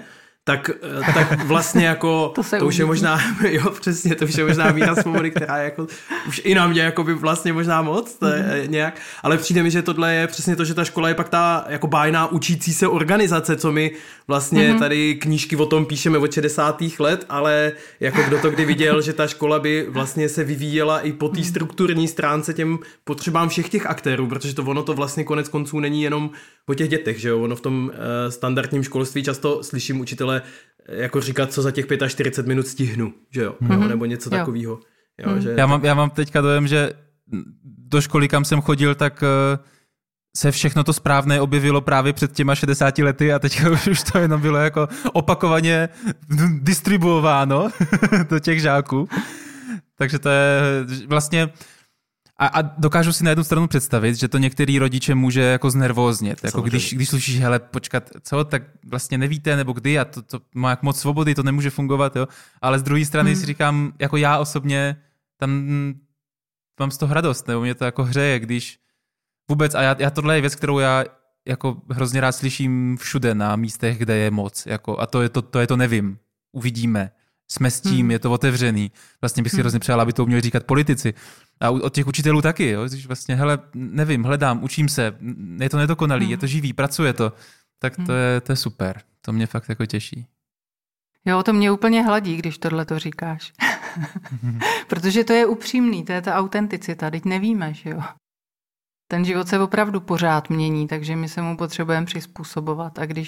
tak vlastně jako to už je možná, jo přesně, to už je možná míra svobody, která je jako už i na mě jako by vlastně možná moc nějak, ale přijde mi, že tohle je přesně to, že ta škola je pak ta jako bájná učící se organizace, co my vlastně tady knížky o tom píšeme od 60. let, ale jako kdo to kdy viděl, že ta škola by vlastně se vyvíjela i po té strukturní stránce těm potřebám všech těch aktérů, protože ono to vlastně konec konců není jenom o těch dětech, že jo, ono v tom standardním školství často slyším učitele jako říkat, co za těch 45 minut stihnu, že jo, nebo něco takového. Že... Já mám teďka dojem, že do školy, kam jsem chodil, tak se všechno to správné objevilo právě před těma 60 lety a teďka už to jenom bylo jako opakovaně distribuováno do těch žáků. Takže to je vlastně... A dokážu si na jednu stranu představit, že to některý rodiče může jako znervóznět. Jako když slyšíš, hele, počkat, co, tak vlastně nevíte, nebo kdy a to má jak moc svobody, to nemůže fungovat, jo. Ale z druhé strany si říkám, jako já osobně tam mám z toho radost, nebo mě to jako hřeje, když vůbec, a já tohle je věc, kterou já jako hrozně rád slyším všude na místech, kde je moc, jako, a to je to nevím, uvidíme. Jsme s tím, je to otevřený. Vlastně bych si hrozně přál, aby to uměli říkat politici. A od těch učitelů taky, jo? Když vlastně, hele, nevím, hledám, učím se, je to nedokonalý, je to živý, pracuje to. Tak to je super. To mě fakt jako těší. Jo, to mě úplně hladí, když tohle to říkáš. Protože to je upřímný, to je ta autenticita, teď nevíme, že jo. Ten život se opravdu pořád mění, takže my se mu potřebujeme přizpůsobovat. A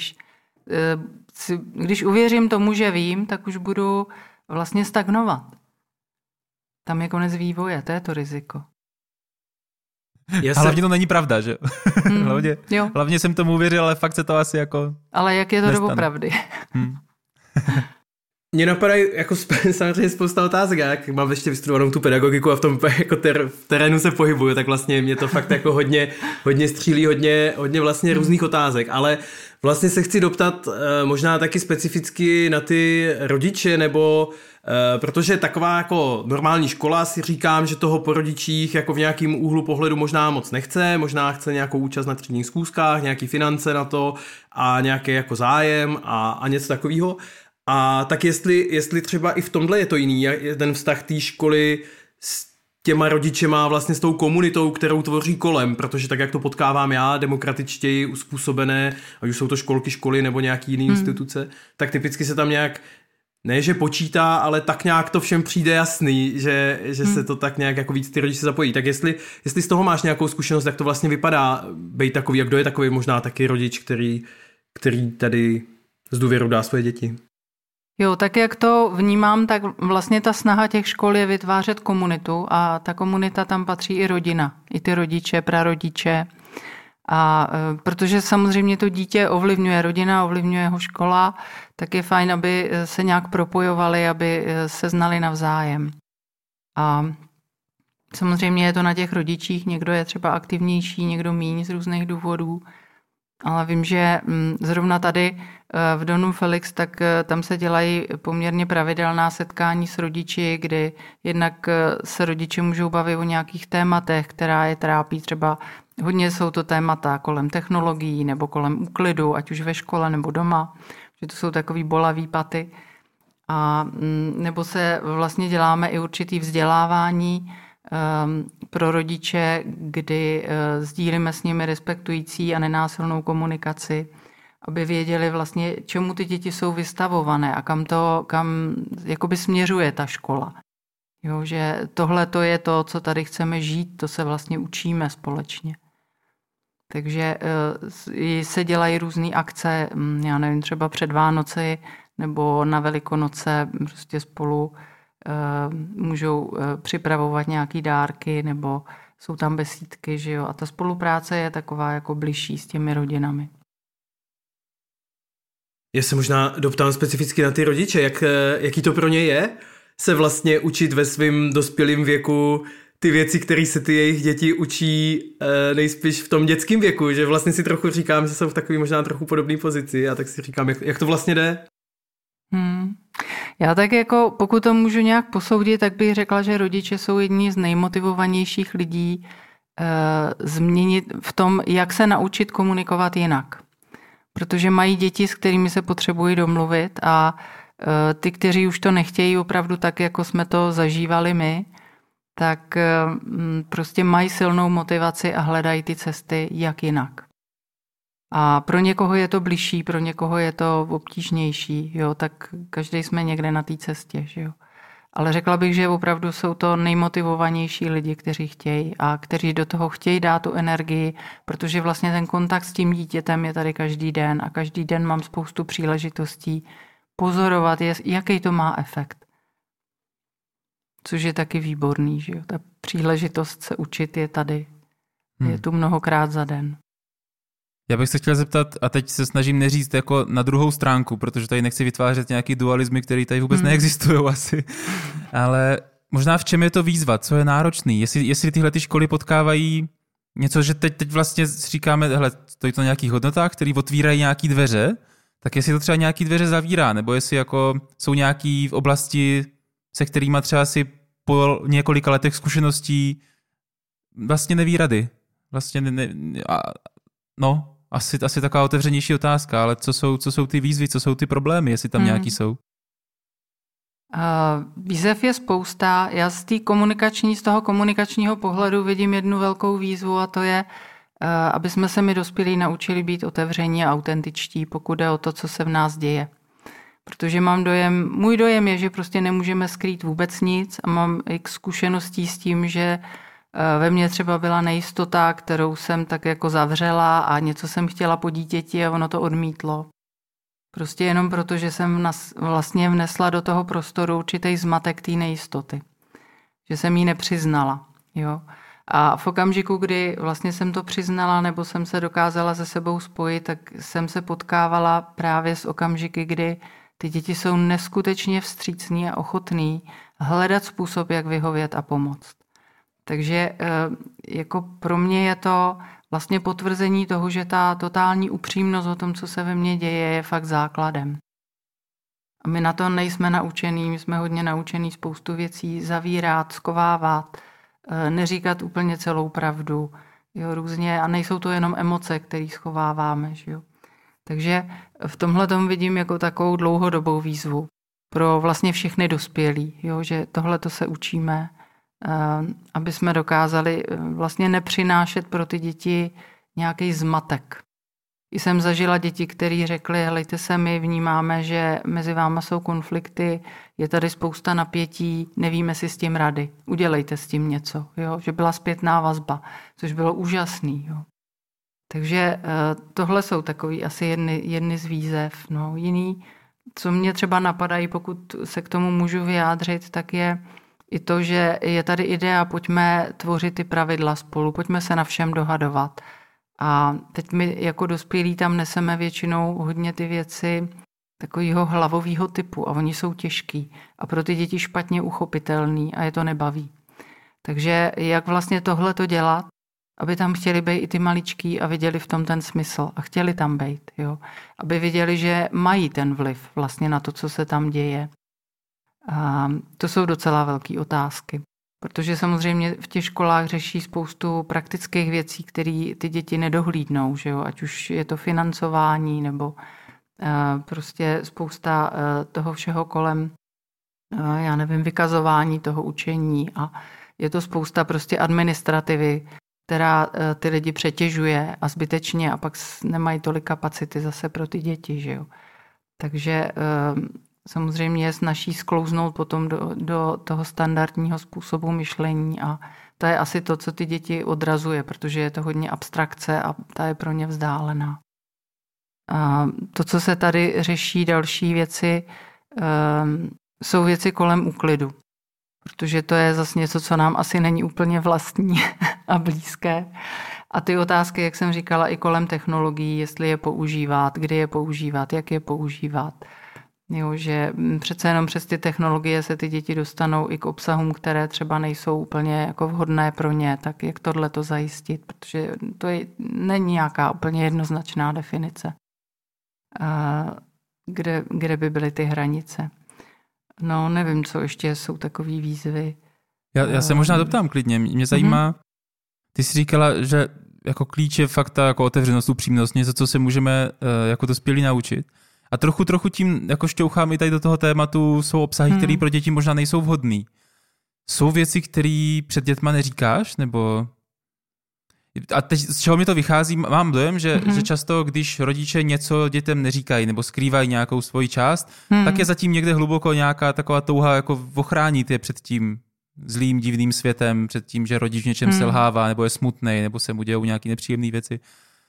když uvěřím tomu, že vím, tak už budu vlastně stagnovat. Tam je konec vývoje, to je to riziko. Hlavně to není pravda, že jo? Hlavně jsem tomu uvěřil, ale fakt se to asi jako ale jak je to nestane. doopravdy? Mně napadají jako samozřejmě spousta otázek, jak mám ještě vystudovanou tu pedagogiku a v tom jako v terénu se pohybuju, tak vlastně mě to fakt jako hodně střílí, hodně vlastně různých otázek, ale vlastně se chci doptat možná taky specificky na ty rodiče, nebo protože taková jako normální škola si říkám, že toho po rodičích jako v nějakém úhlu pohledu možná moc nechce, možná chce nějakou účast na třídních schůzkách, nějaký finance na to a nějaký jako zájem a něco takového. A tak jestli třeba i v tomhle je to jiný, ten vztah té školy s těma rodičema, vlastně s tou komunitou, kterou tvoří kolem, protože tak, jak to potkávám já, demokratičtěji uspůsobené, ať už jsou to školky, školy nebo nějaký jiný instituce, tak typicky se tam nějak, ne že počítá, ale tak nějak to všem přijde jasný, že se to tak nějak jako víc ty rodiče zapojí. Tak jestli z toho máš nějakou zkušenost, jak to vlastně vypadá, bejt takový, a kdo je takový možná taky rodič, který tady z důvěru dá svoje děti. Jo, tak jak to vnímám, tak vlastně ta snaha těch škol je vytvářet komunitu a ta komunita tam patří i rodina, i ty rodiče, prarodiče. A protože samozřejmě to dítě ovlivňuje rodina, ovlivňuje ho škola, tak je fajn, aby se nějak propojovali, aby se znali navzájem. A samozřejmě je to na těch rodičích, někdo je třeba aktivnější, někdo míň z různých důvodů. Ale vím, že zrovna tady v Donu Felix, tak tam se dělají poměrně pravidelná setkání s rodiči, kdy jednak se rodiče můžou bavit o nějakých tématech, která je trápí. Třeba hodně jsou to témata kolem technologií nebo kolem úklidu, ať už ve škole nebo doma, že to jsou takový bolavý paty. A nebo se vlastně děláme i určitý vzdělávání pro rodiče, kdy sdílíme s nimi respektující a nenásilnou komunikaci, aby věděli vlastně, čemu ty děti jsou vystavované a kam jakoby směřuje ta škola. Jo, že tohle to je to, co tady chceme žít, to se vlastně učíme společně. Takže se dělají různé akce, já nevím, třeba před Vánoci nebo na Velikonoce prostě spolu můžou připravovat nějaký dárky nebo jsou tam besídky, že jo? A ta spolupráce je taková jako bližší s těmi rodinami. Já se možná doptám specificky na ty rodiče, jaký to pro ně je se vlastně učit ve svém dospělém věku ty věci, které se ty jejich děti učí nejspíš v tom dětském věku, že vlastně si trochu říkám, že jsou v takové možná trochu podobné pozici a tak si říkám, jak to vlastně jde. Já tak jako, pokud to můžu nějak posoudit, tak bych řekla, že rodiče jsou jedni z nejmotivovanějších lidí změnit v tom, jak se naučit komunikovat jinak. protože mají děti, s kterými se potřebují domluvit a ty, kteří už to nechtějí opravdu tak, jako jsme to zažívali my, tak prostě mají silnou motivaci a hledají ty cesty, jak jinak. A pro někoho je to bližší, pro někoho je to obtížnější, jo, tak každý jsme někde na té cestě, že jo. Ale řekla bych, že opravdu jsou to nejmotivovanější lidi, kteří chtějí a kteří do toho chtějí dát tu energii, protože vlastně ten kontakt s tím dítětem je tady každý den a každý den mám spoustu příležitostí pozorovat, jaký to má efekt. Což je taky výborný, že jo. Ta příležitost se učit je tady. Je tu mnohokrát za den. Já bych se chtěl zeptat, a teď se snažím neříct jako na druhou stránku, protože tady nechci vytvářet nějaký dualismy, který tady vůbec neexistují asi. Ale možná v čem je to výzva, co je náročný? Jestli tyhle ty školy potkávají něco, že teď vlastně říkáme, hele, stojí to na nějakých hodnotách, které otvírají nějaký dveře, tak jestli to třeba nějaký dveře zavírá, nebo jestli jako jsou nějaký v oblasti, se kterýma třeba si po několika letech zkušeností vlastně neví rady. Vlastně asi taková otevřenější otázka, ale co jsou ty výzvy, co jsou ty problémy, jestli tam nějaký jsou? Výzev je spousta. Já z toho komunikačního pohledu vidím jednu velkou výzvu a to je, aby jsme se my dospělí naučili být otevření a autentičtí, pokud jde o to, co se v nás děje. Protože můj dojem je, že prostě nemůžeme skrýt vůbec nic a mám i zkušeností s tím, že ve mně třeba byla nejistota, kterou jsem tak jako zavřela a něco jsem chtěla po dítěti a ono to odmítlo. Prostě jenom proto, že jsem vlastně vnesla do toho prostoru určitý zmatek té nejistoty. Že jsem jí nepřiznala. Jo? A v okamžiku, kdy vlastně jsem to přiznala nebo jsem se dokázala se sebou spojit, tak jsem se potkávala právě s okamžiky, kdy ty děti jsou neskutečně vstřícný a ochotný hledat způsob, jak vyhovět a pomoct. Takže jako pro mě je to vlastně potvrzení toho, že ta totální upřímnost o tom, co se ve mně děje, je fakt základem. A my na to nejsme naučení, my jsme hodně naučení spoustu věcí zavírat, schovávat, neříkat úplně celou pravdu, jo, různě, a nejsou to jenom emoce, které schováváme. Že jo. Takže v tomhle tom vidím jako takovou dlouhodobou výzvu pro vlastně všechny dospělí, jo, že tohleto se učíme, aby jsme dokázali vlastně nepřinášet pro ty děti nějaký zmatek. I jsem zažila děti, které řekly, helejte se, my vnímáme, že mezi váma jsou konflikty, je tady spousta napětí, nevíme si s tím rady, udělejte s tím něco. Jo? Že byla zpětná vazba, což bylo úžasný. Jo? Takže tohle jsou takový asi jedny z výzev. No, jiný, co mě třeba napadají, pokud se k tomu můžu vyjádřit, tak je i to, že je tady idea, pojďme tvořit ty pravidla spolu, pojďme se na všem dohadovat. A teď my jako dospělí tam neseme většinou hodně ty věci takového hlavového typu a oni jsou těžký a pro ty děti špatně uchopitelný a je to nebaví. Takže jak vlastně tohle to dělat, aby tam chtěli být i ty maličký a viděli v tom ten smysl a chtěli tam být, jo? Aby viděli, že mají ten vliv vlastně na to, co se tam děje. A to jsou docela velké otázky. Protože samozřejmě v těch školách řeší spoustu praktických věcí, které ty děti nedohlídnou, že jo? Ať už je to financování nebo prostě spousta toho všeho kolem, já nevím, vykazování toho učení a je to spousta prostě administrativy, která ty lidi přetěžuje a zbytečně a pak nemají tolik kapacity zase pro ty děti, že jo? Takže samozřejmě je snazší sklouznout potom do toho standardního způsobu myšlení a to je asi to, co ty děti odrazuje, protože je to hodně abstrakce a ta je pro ně vzdálená. A to, co se tady řeší, další věci, jsou věci kolem úklidu, protože to je zase něco, co nám asi není úplně vlastní a blízké. A ty otázky, jak jsem říkala, i kolem technologií, jestli je používat, kdy je používat, jak je používat. Jo, že přece jenom přes ty technologie se ty děti dostanou i k obsahům, které třeba nejsou úplně jako vhodné pro ně, tak jak tohleto zajistit, protože to není nějaká úplně jednoznačná definice, kde by byly ty hranice. No, nevím, co ještě jsou takové výzvy. Já se možná doptám klidně. Mě zajímá, ty jsi říkala, že jako klíče, fakta, jako otevřenost, upřímnost, něco, co se můžeme jako dospělí naučit. A trochu tím jako šťouchám i tady do toho tématu, jsou obsahy, které pro děti možná nejsou vhodný. Jsou věci, které před dětma neříkáš, nebo... A teď z čeho mi to vychází, mám dojem, že často, když rodiče něco dětem neříkají nebo skrývají nějakou svoji část, tak je zatím někde hluboko nějaká taková touha jako ochránit je před tím zlým, divným světem, před tím, že rodič v něčem selhává, nebo je smutnej, nebo se mu dějou nějaké nepříjemné věci.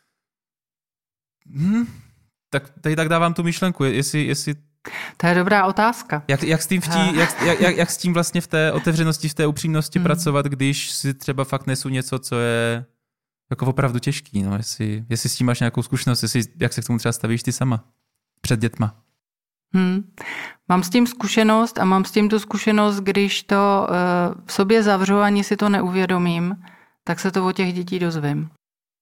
Tak tady tak dávám tu myšlenku, jestli... To je dobrá otázka. Jak s tím vlastně v té otevřenosti, v té upřímnosti pracovat, když si třeba fakt nesu něco, co je jako opravdu těžký, no, jestli s tím máš nějakou zkušenost, jak se k tomu třeba stavíš ty sama před dětma. Mám s tím zkušenost a mám s tím tu zkušenost, když to v sobě zavřu, ani si to neuvědomím, tak se to od těch dětí dozvím.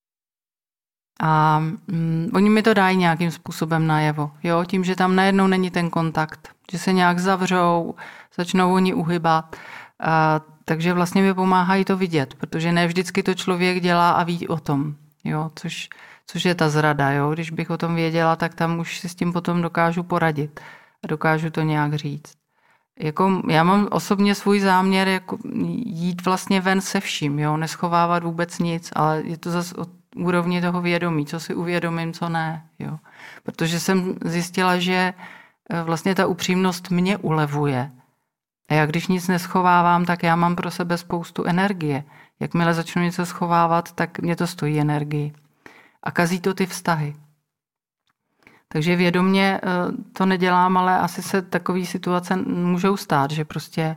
A oni mi to dají nějakým způsobem najevo. Jo? Tím, že tam najednou není ten kontakt, že se nějak zavřou, začnou oni uhybat. Takže vlastně mi pomáhají to vidět, protože ne vždycky to člověk dělá a ví o tom. Jo? Což je ta zrada. Jo? Když bych o tom věděla, tak tam už si s tím potom dokážu poradit a dokážu to nějak říct. Jako, já mám osobně svůj záměr jako jít vlastně ven se vším, jo? Neschovávat vůbec nic, ale je to zase od úrovni toho vědomí, co si uvědomím, co ne. Jo? Protože jsem zjistila, že vlastně ta upřímnost mě ulevuje. A já když nic neschovávám, tak já mám pro sebe spoustu energie. Jakmile začnu něco schovávat, tak mě to stojí energii. A kazí to ty vztahy. Takže vědomě to nedělám, ale asi se takové situace můžou stát, že prostě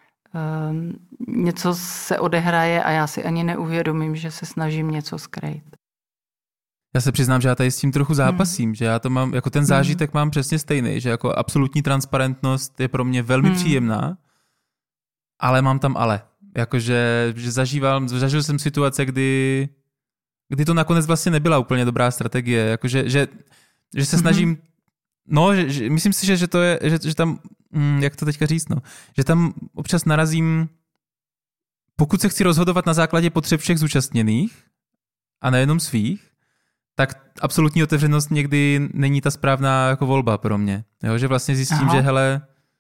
něco se odehraje a já si ani neuvědomím, že se snažím něco skrýt. Já se přiznám, že já tady s tím trochu zápasím, že já to mám, jako ten zážitek mám přesně stejný, že jako absolutní transparentnost je pro mě velmi příjemná, ale mám tam ale. Jakože že zažil jsem situace, kdy to nakonec vlastně nebyla úplně dobrá strategie, jakože že se snažím, že myslím si, že to je, že tam, jak to teďka říct, že tam občas narazím, pokud se chci rozhodovat na základě potřeb všech zúčastněných a nejenom svých, tak absolutní otevřenost někdy není ta správná jako volba pro mě. Jo, že vlastně zjistím, že hele,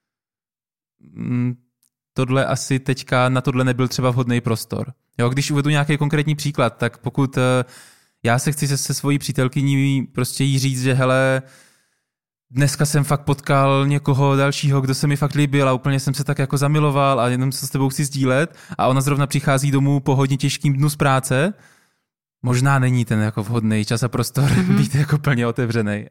tohle asi teďka na tohle nebyl třeba vhodný prostor. Jo, když uvedu nějaký konkrétní příklad, tak pokud já se chci se svojí přítelkyní prostě jí říct, že hele, dneska jsem fakt potkal někoho dalšího, kdo se mi fakt líbil a úplně jsem se tak jako zamiloval a jenom se s tebou chci sdílet a ona zrovna přichází domů po hodně těžkým dnu z práce, možná není ten jako vhodný čas a prostor být jako plně otevřenej.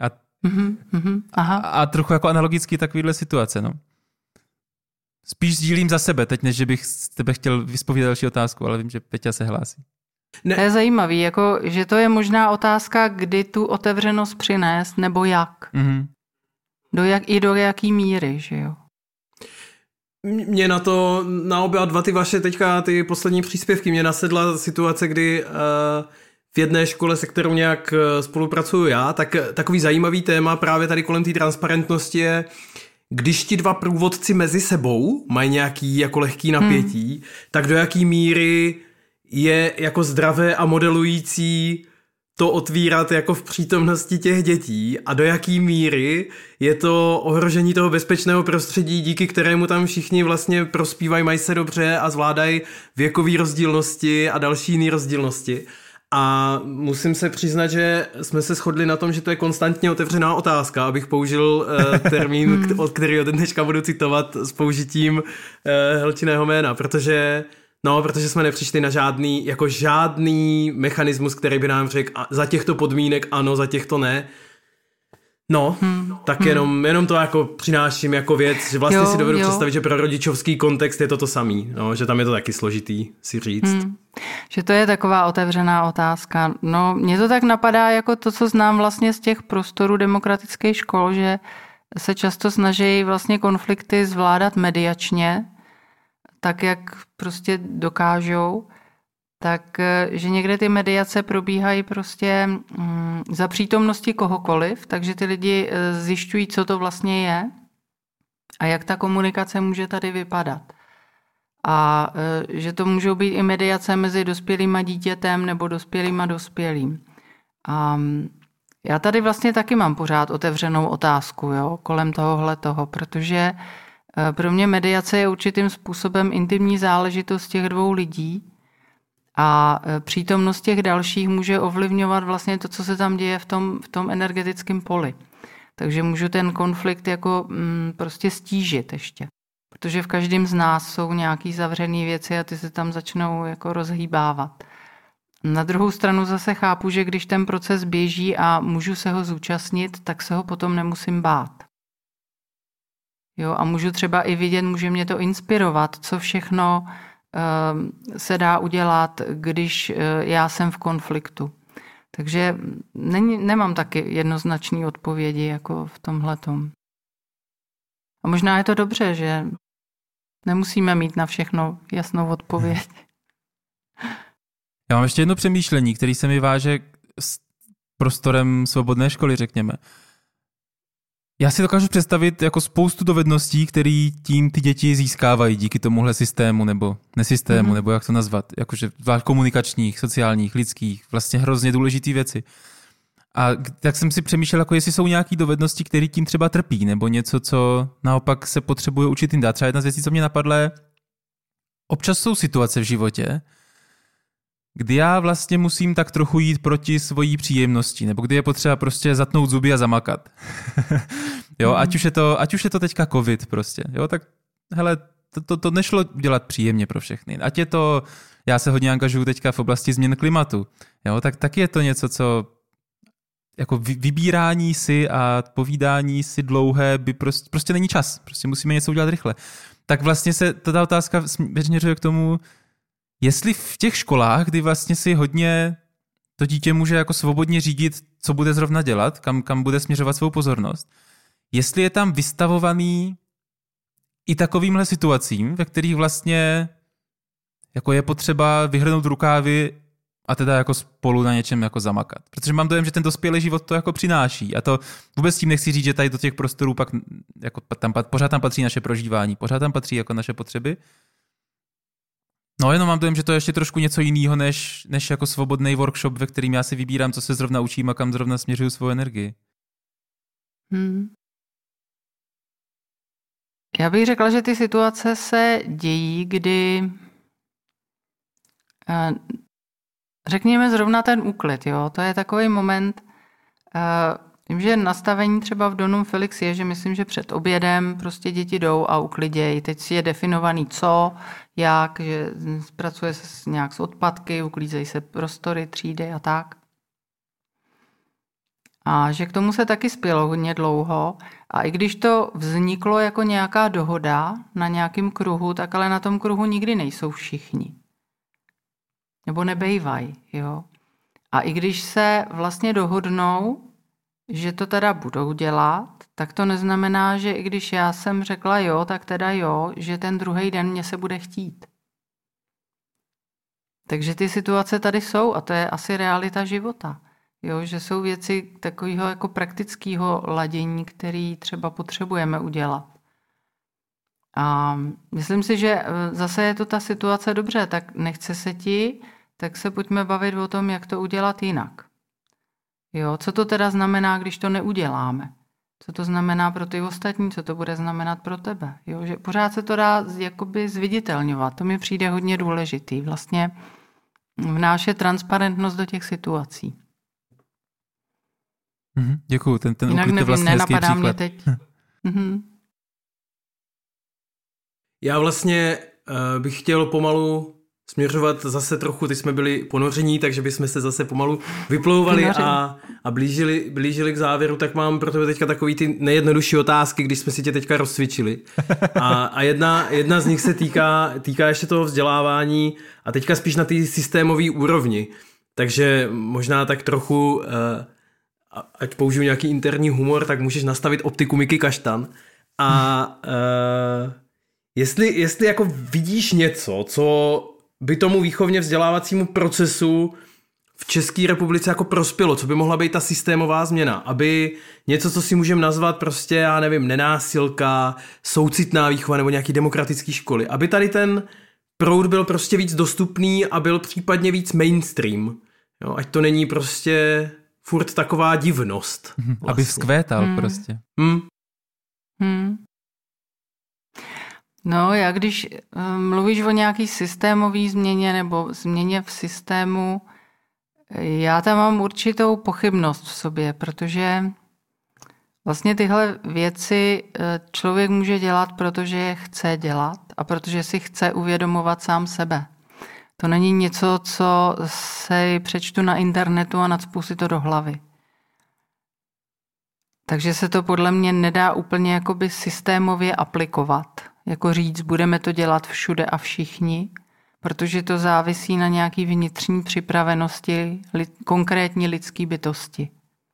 A trochu jako analogicky takovýhle situace, no. Spíš sdílím za sebe, teď než že bych z tebe chtěl vyspovídat další otázku, ale vím, že Peťa se hlásí. Ne. To je zajímavý, jako, že to je možná otázka, kdy tu otevřenost přinést, nebo jak. Do jaký míry, že jo? Mě na to, na oba dva ty vaše teďka, ty poslední příspěvky, mě nasedla situace, kdy v jedné škole, se kterou nějak spolupracuju já, tak takový zajímavý téma právě tady kolem té transparentnosti je, když ti dva průvodci mezi sebou mají nějaký jako lehký napětí, tak do jaký míry je jako zdravé a modelující to otvírat jako v přítomnosti těch dětí a do jaký míry je to ohrožení toho bezpečného prostředí, díky kterému tam všichni vlastně prospívají, mají se dobře a zvládají věkové rozdílnosti a další jiné rozdílnosti. A musím se přiznat, že jsme se shodli na tom, že to je konstantně otevřená otázka, abych použil termín, od kterého dneška budu citovat s použitím Helčiného jména, protože jsme nepřišli na žádný mechanismus, který by nám řekl za těchto podmínek ano, za těchto ne. Tak jenom to jako přináším jako věc, že vlastně si dovedu představit, že pro rodičovský kontext je to samý, že tam je to taky složitý si říct. Že to je taková otevřená otázka. No, mně to tak napadá jako to, co znám vlastně z těch prostorů demokratických škol, že se často snaží vlastně konflikty zvládat mediačně, tak jak prostě dokážou, tak že někde ty mediace probíhají prostě za přítomnosti kohokoliv, takže ty lidi zjišťují, co to vlastně je a jak ta komunikace může tady vypadat. A že to můžou být i mediace mezi dospělým a dítětem nebo dospělým a dospělým. A já tady vlastně taky mám pořád otevřenou otázku, jo, kolem toho, protože pro mě mediace je určitým způsobem intimní záležitost těch dvou lidí a přítomnost těch dalších může ovlivňovat vlastně to, co se tam děje v tom energetickém poli. Takže můžu ten konflikt jako prostě stížit ještě. Protože v každém z nás jsou nějaký zavřené věci a ty se tam začnou jako rozhýbávat. Na druhou stranu zase chápu, že když ten proces běží a můžu se ho zúčastnit, tak se ho potom nemusím bát. Jo, a můžu třeba i vidět, může mě to inspirovat, co všechno se dá udělat, když já jsem v konfliktu. Takže nemám taky jednoznačné odpovědi jako v tomhletom. A možná je to dobře, že nemusíme mít na všechno jasnou odpověď. Já mám ještě jedno přemýšlení, který se mi váže s prostorem svobodné školy, řekněme. Já si dokážu představit jako spoustu dovedností, které tím ty děti získávají díky tomuhle systému nebo nesystému, nebo jak to nazvat, jakože komunikačních, sociálních, lidských, vlastně hrozně důležité věci. A tak jsem si přemýšlel, jako jestli jsou nějaké dovednosti, které tím třeba trpí, nebo něco, co naopak se potřebuje učit jim dát. Třeba jedna z věcí, co mě napadla, občas jsou situace v životě, kdy já vlastně musím tak trochu jít proti svojí příjemnosti, nebo kdy je potřeba prostě zatnout zuby a zamakat. Jo, ať už je to teďka covid prostě. Jo, tak hele, to nešlo dělat příjemně pro všechny. Ať je to, já se hodně angažuju teďka v oblasti změn klimatu. Jo, tak je to něco, co jako vybírání si a povídání si dlouhé by prostě není čas. Prostě musíme něco udělat rychle. Tak vlastně se ta otázka směřuje k tomu, jestli v těch školách, kdy vlastně si hodně to dítě může jako svobodně řídit, co bude zrovna dělat, kam bude směřovat svou pozornost, jestli je tam vystavovaný i takovýmhle situacím, ve kterých vlastně jako je potřeba vyhrnout rukávy a teda jako spolu na něčem jako zamakat. Protože mám dojem, že ten dospělý život to jako přináší. A to vůbec tím nechci říct, že tady do těch prostorů pak jako pořád tam patří naše prožívání, pořád tam patří jako naše potřeby. No jenom mám dojem, že to je ještě trošku něco jiného, než jako svobodný workshop, ve kterým já si vybírám, co se zrovna učím a kam zrovna směřuju svou energii. Já bych řekla, že ty situace se dějí, kdy řekněme zrovna ten úklid, jo, to je takový moment, tím, že nastavení třeba v Donum Felix je, že myslím, že před obědem prostě děti jdou a uklidějí. Teď si je definovaný co, jak, že pracuje se nějak s odpadky, uklízejí se prostory, třídy a tak. A že k tomu se taky spělo hodně dlouho. A i když to vzniklo jako nějaká dohoda na nějakém kruhu, tak ale na tom kruhu nikdy nejsou všichni. Nebo nebejvají, jo. A i když se vlastně dohodnou, že to teda budou dělat, tak to neznamená, že i když já jsem řekla jo, tak teda jo, že ten druhý den mě se bude chtít. Takže ty situace tady jsou a to je asi realita života. Jo, že jsou věci takového jako praktického ladění, který třeba potřebujeme udělat. A myslím si, že zase je to ta situace dobře, tak nechce se ti, tak se pojďme bavit o tom, jak to udělat jinak. Jo, co to teda znamená, když to neuděláme? Co to znamená pro ty ostatní? Co to bude znamenat pro tebe? Jo, že pořád se to dá jakoby zviditelňovat. To mi přijde hodně důležitý. Vlastně vnášet transparentnost do těch situací. Děkuju. Ten jinak úklid je vlastně hezký příklad. Mě teď. Já vlastně bych chtěl pomalu směřovat zase trochu, teď jsme byli ponoření, takže bychom se zase pomalu vyplouvali a blížili k závěru, tak mám pro tebe teďka takový ty nejjednodušší otázky, když jsme si tě teďka rozcvičili. A jedna z nich se týká ještě toho vzdělávání a teďka spíš na té systémové úrovni. Takže možná tak trochu, ať použiju nějaký interní humor, tak můžeš nastavit optiku Miky Kaštan. A jestli jako vidíš něco, co by tomu výchovně vzdělávacímu procesu v České republice jako prospělo, co by mohla být ta systémová změna, aby něco, co si můžeme nazvat prostě, já nevím, nenásilka, soucitná výchova nebo nějaký demokratický školy, aby tady ten proud byl prostě víc dostupný a byl případně víc mainstream. Jo, ať to není prostě furt taková divnost. Vlastně. Aby vzkvétal prostě. No, já když mluvíš o nějaký systémový změně nebo změně v systému, já tam mám určitou pochybnost v sobě, protože vlastně tyhle věci člověk může dělat, protože je chce dělat a protože si chce uvědomovat sám sebe. To není něco, co se přečtu na internetu a nacpu si to do hlavy. Takže se to podle mě nedá úplně jakoby systémově aplikovat. Jako říct, budeme to dělat všude a všichni, protože to závisí na nějaký vnitřní připravenosti konkrétní lidské bytosti.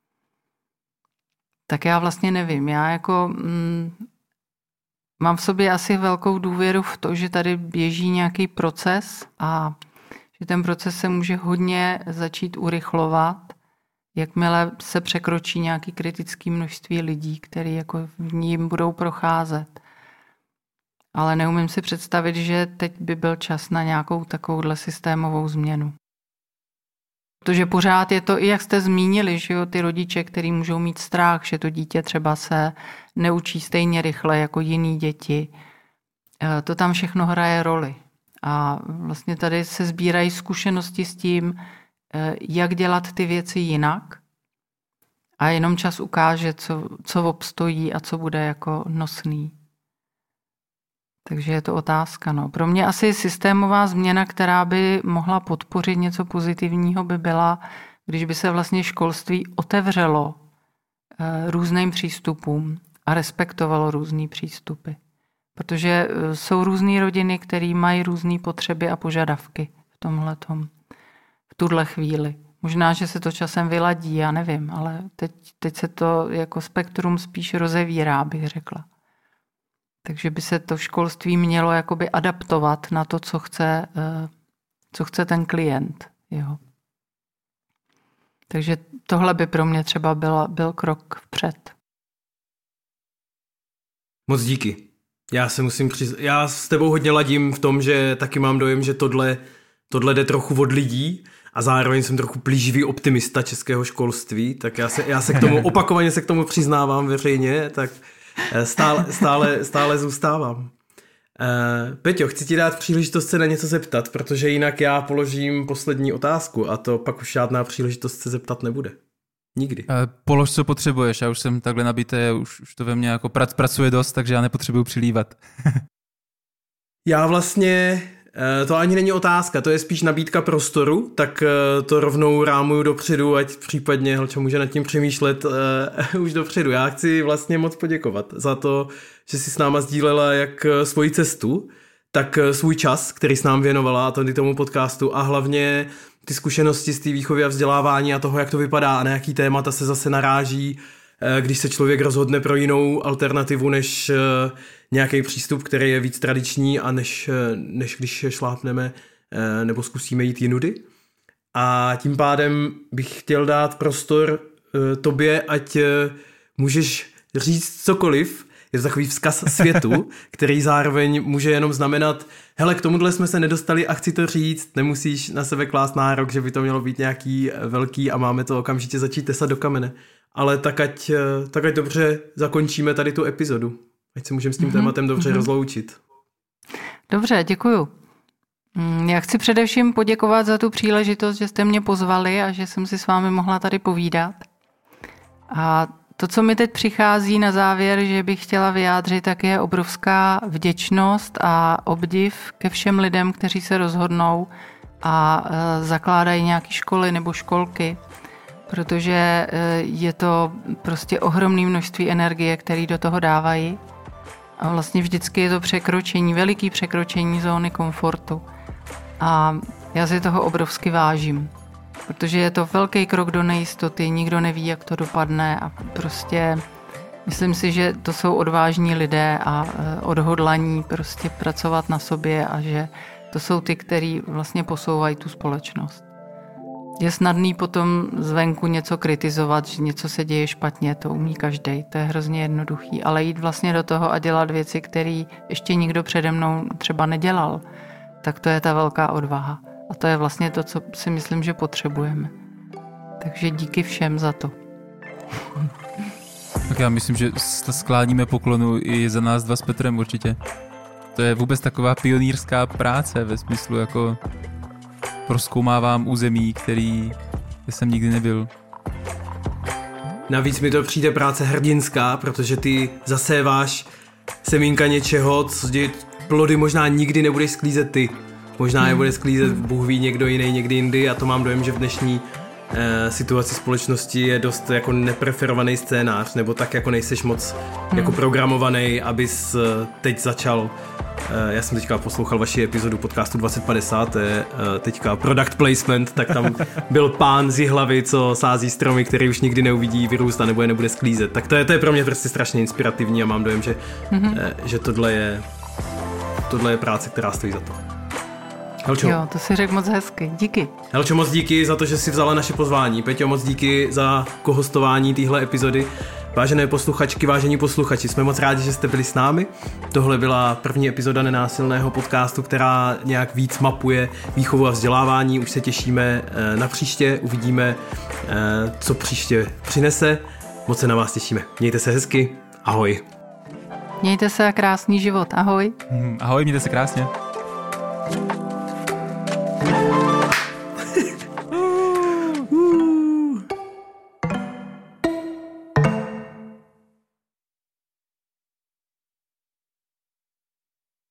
Tak já vlastně nevím. Já jako mám v sobě asi velkou důvěru v to, že tady běží nějaký proces a že ten proces se může hodně začít urychlovat, jakmile se překročí nějaký kritické množství lidí, který jako v ním budou procházet. Ale neumím si představit, že teď by byl čas na nějakou takovouhle systémovou změnu. Protože pořád je to, i jak jste zmínili, že jo, ty rodiče, který můžou mít strach, že to dítě třeba se neučí stejně rychle jako jiný děti. To tam všechno hraje roli. A vlastně tady se sbírají zkušenosti s tím, jak dělat ty věci jinak. A jenom čas ukáže, co obstojí a co bude jako nosný. Takže je to otázka. No. Pro mě asi systémová změna, která by mohla podpořit něco pozitivního, by byla, když by se vlastně školství otevřelo různým přístupům a respektovalo různý přístupy. Protože jsou různé rodiny, které mají různé potřeby a požadavky v tuhle chvíli. Možná, že se to časem vyladí, já nevím, ale teď se to jako spektrum spíš rozevírá, bych řekla. Takže by se to školství mělo jakoby adaptovat na to, co chce ten klient. Jo. Takže tohle by pro mě třeba byl krok vpřed. Moc díky. Já se musím já s tebou hodně ladím v tom, že taky mám dojem, že tohle jde trochu od lidí a zároveň jsem trochu plíživý optimista českého školství, tak já se k tomu opakovaně se k tomu přiznávám veřejně, tak stále zůstávám. Peťo, chci ti dát příležitost se na něco zeptat, protože jinak já položím poslední otázku a to pak už žádná příležitost se zeptat nebude. Nikdy. Polož, co potřebuješ, já už jsem takhle nabité, už to ve mně jako pracuje dost, takže já nepotřebuju přilívat. Já vlastně, to ani není otázka, to je spíš nabídka prostoru, tak to rovnou rámuju dopředu, ať případně Helča může nad tím přemýšlet už dopředu. Já chci vlastně moc poděkovat za to, že jsi s náma sdílela jak svoji cestu, tak svůj čas, který s nám věnovala a tomu podcastu a hlavně ty zkušenosti z té výchovy a vzdělávání a toho, jak to vypadá a na jaký témata se zase naráží, když se člověk rozhodne pro jinou alternativu než nějaký přístup, který je víc tradiční a než když šlápneme nebo zkusíme jít jinudy. A tím pádem bych chtěl dát prostor tobě, ať můžeš říct cokoliv. Je to takový vzkaz světu, který zároveň může jenom znamenat, hele, k tomuhle jsme se nedostali a chci to říct, nemusíš na sebe klást nárok, že by to mělo být nějaký velký a máme to okamžitě začít tesat do kamene. Ale tak ať dobře zakončíme tady tu epizodu. Ať se můžeme s tím tématem dobře rozloučit. Dobře, děkuju. Já chci především poděkovat za tu příležitost, že jste mě pozvali a že jsem si s vámi mohla tady povídat. A to, co mi teď přichází na závěr, že bych chtěla vyjádřit, tak je obrovská vděčnost a obdiv ke všem lidem, kteří se rozhodnou a zakládají nějaké školy nebo školky, protože je to prostě ohromné množství energie, které do toho dávají. A vlastně vždycky je to veliký překročení zóny komfortu. A já si toho obrovsky vážím. Protože je to velký krok do nejistoty, nikdo neví, jak to dopadne a prostě myslím si, že to jsou odvážní lidé a odhodlaní prostě pracovat na sobě a že to jsou ty, kteří vlastně posouvají tu společnost. Je snadný potom zvenku něco kritizovat, že něco se děje špatně, to umí každej, to je hrozně jednoduchý, ale jít vlastně do toho a dělat věci, které ještě nikdo přede mnou třeba nedělal, tak to je ta velká odvaha. A to je vlastně to, co si myslím, že potřebujeme. Takže díky všem za to. Tak já myslím, že skláníme poklonu i za nás dva s Petrem určitě. To je vůbec taková pionýrská práce ve smyslu jako prozkoumávám území, který jsem nikdy nebyl. Navíc mi to přijde práce hrdinská, protože ty zaséváš semínka něčeho, co plody možná nikdy nebudeš sklízet ty. Možná je bude sklízet Bůh ví někdo jiný někdy jindy a to mám dojem, že v dnešní situaci společnosti je dost jako nepreferovaný scénář, nebo tak jako nejseš moc jako programovaný, abys teď začal. Já jsem teďka poslouchal vaši epizodu podcastu 2050, to je teďka product placement, tak tam byl pán z Jihlavy, co sází stromy, který už nikdy neuvidí vyrůst a nebo je nebude sklízet. Tak to je pro mě prostě strašně inspirativní a mám dojem, že tohle je práce, která stojí za to. Helčo. Jo, to si řekl moc hezky. Díky. Helčo, moc díky za to, že jsi vzala naše pozvání. Peťo, moc díky za kohostování téhle epizody. Vážené posluchačky, vážení posluchači, jsme moc rádi, že jste byli s námi. Tohle byla první epizoda Nenásilného podcastu, která nějak víc mapuje výchovu a vzdělávání. Už se těšíme na příště, uvidíme, co příště přinese. Moc se na vás těšíme. Mějte se hezky. Ahoj. Mějte se a krásný život. Ahoj. Ahoj, mějte se krásně.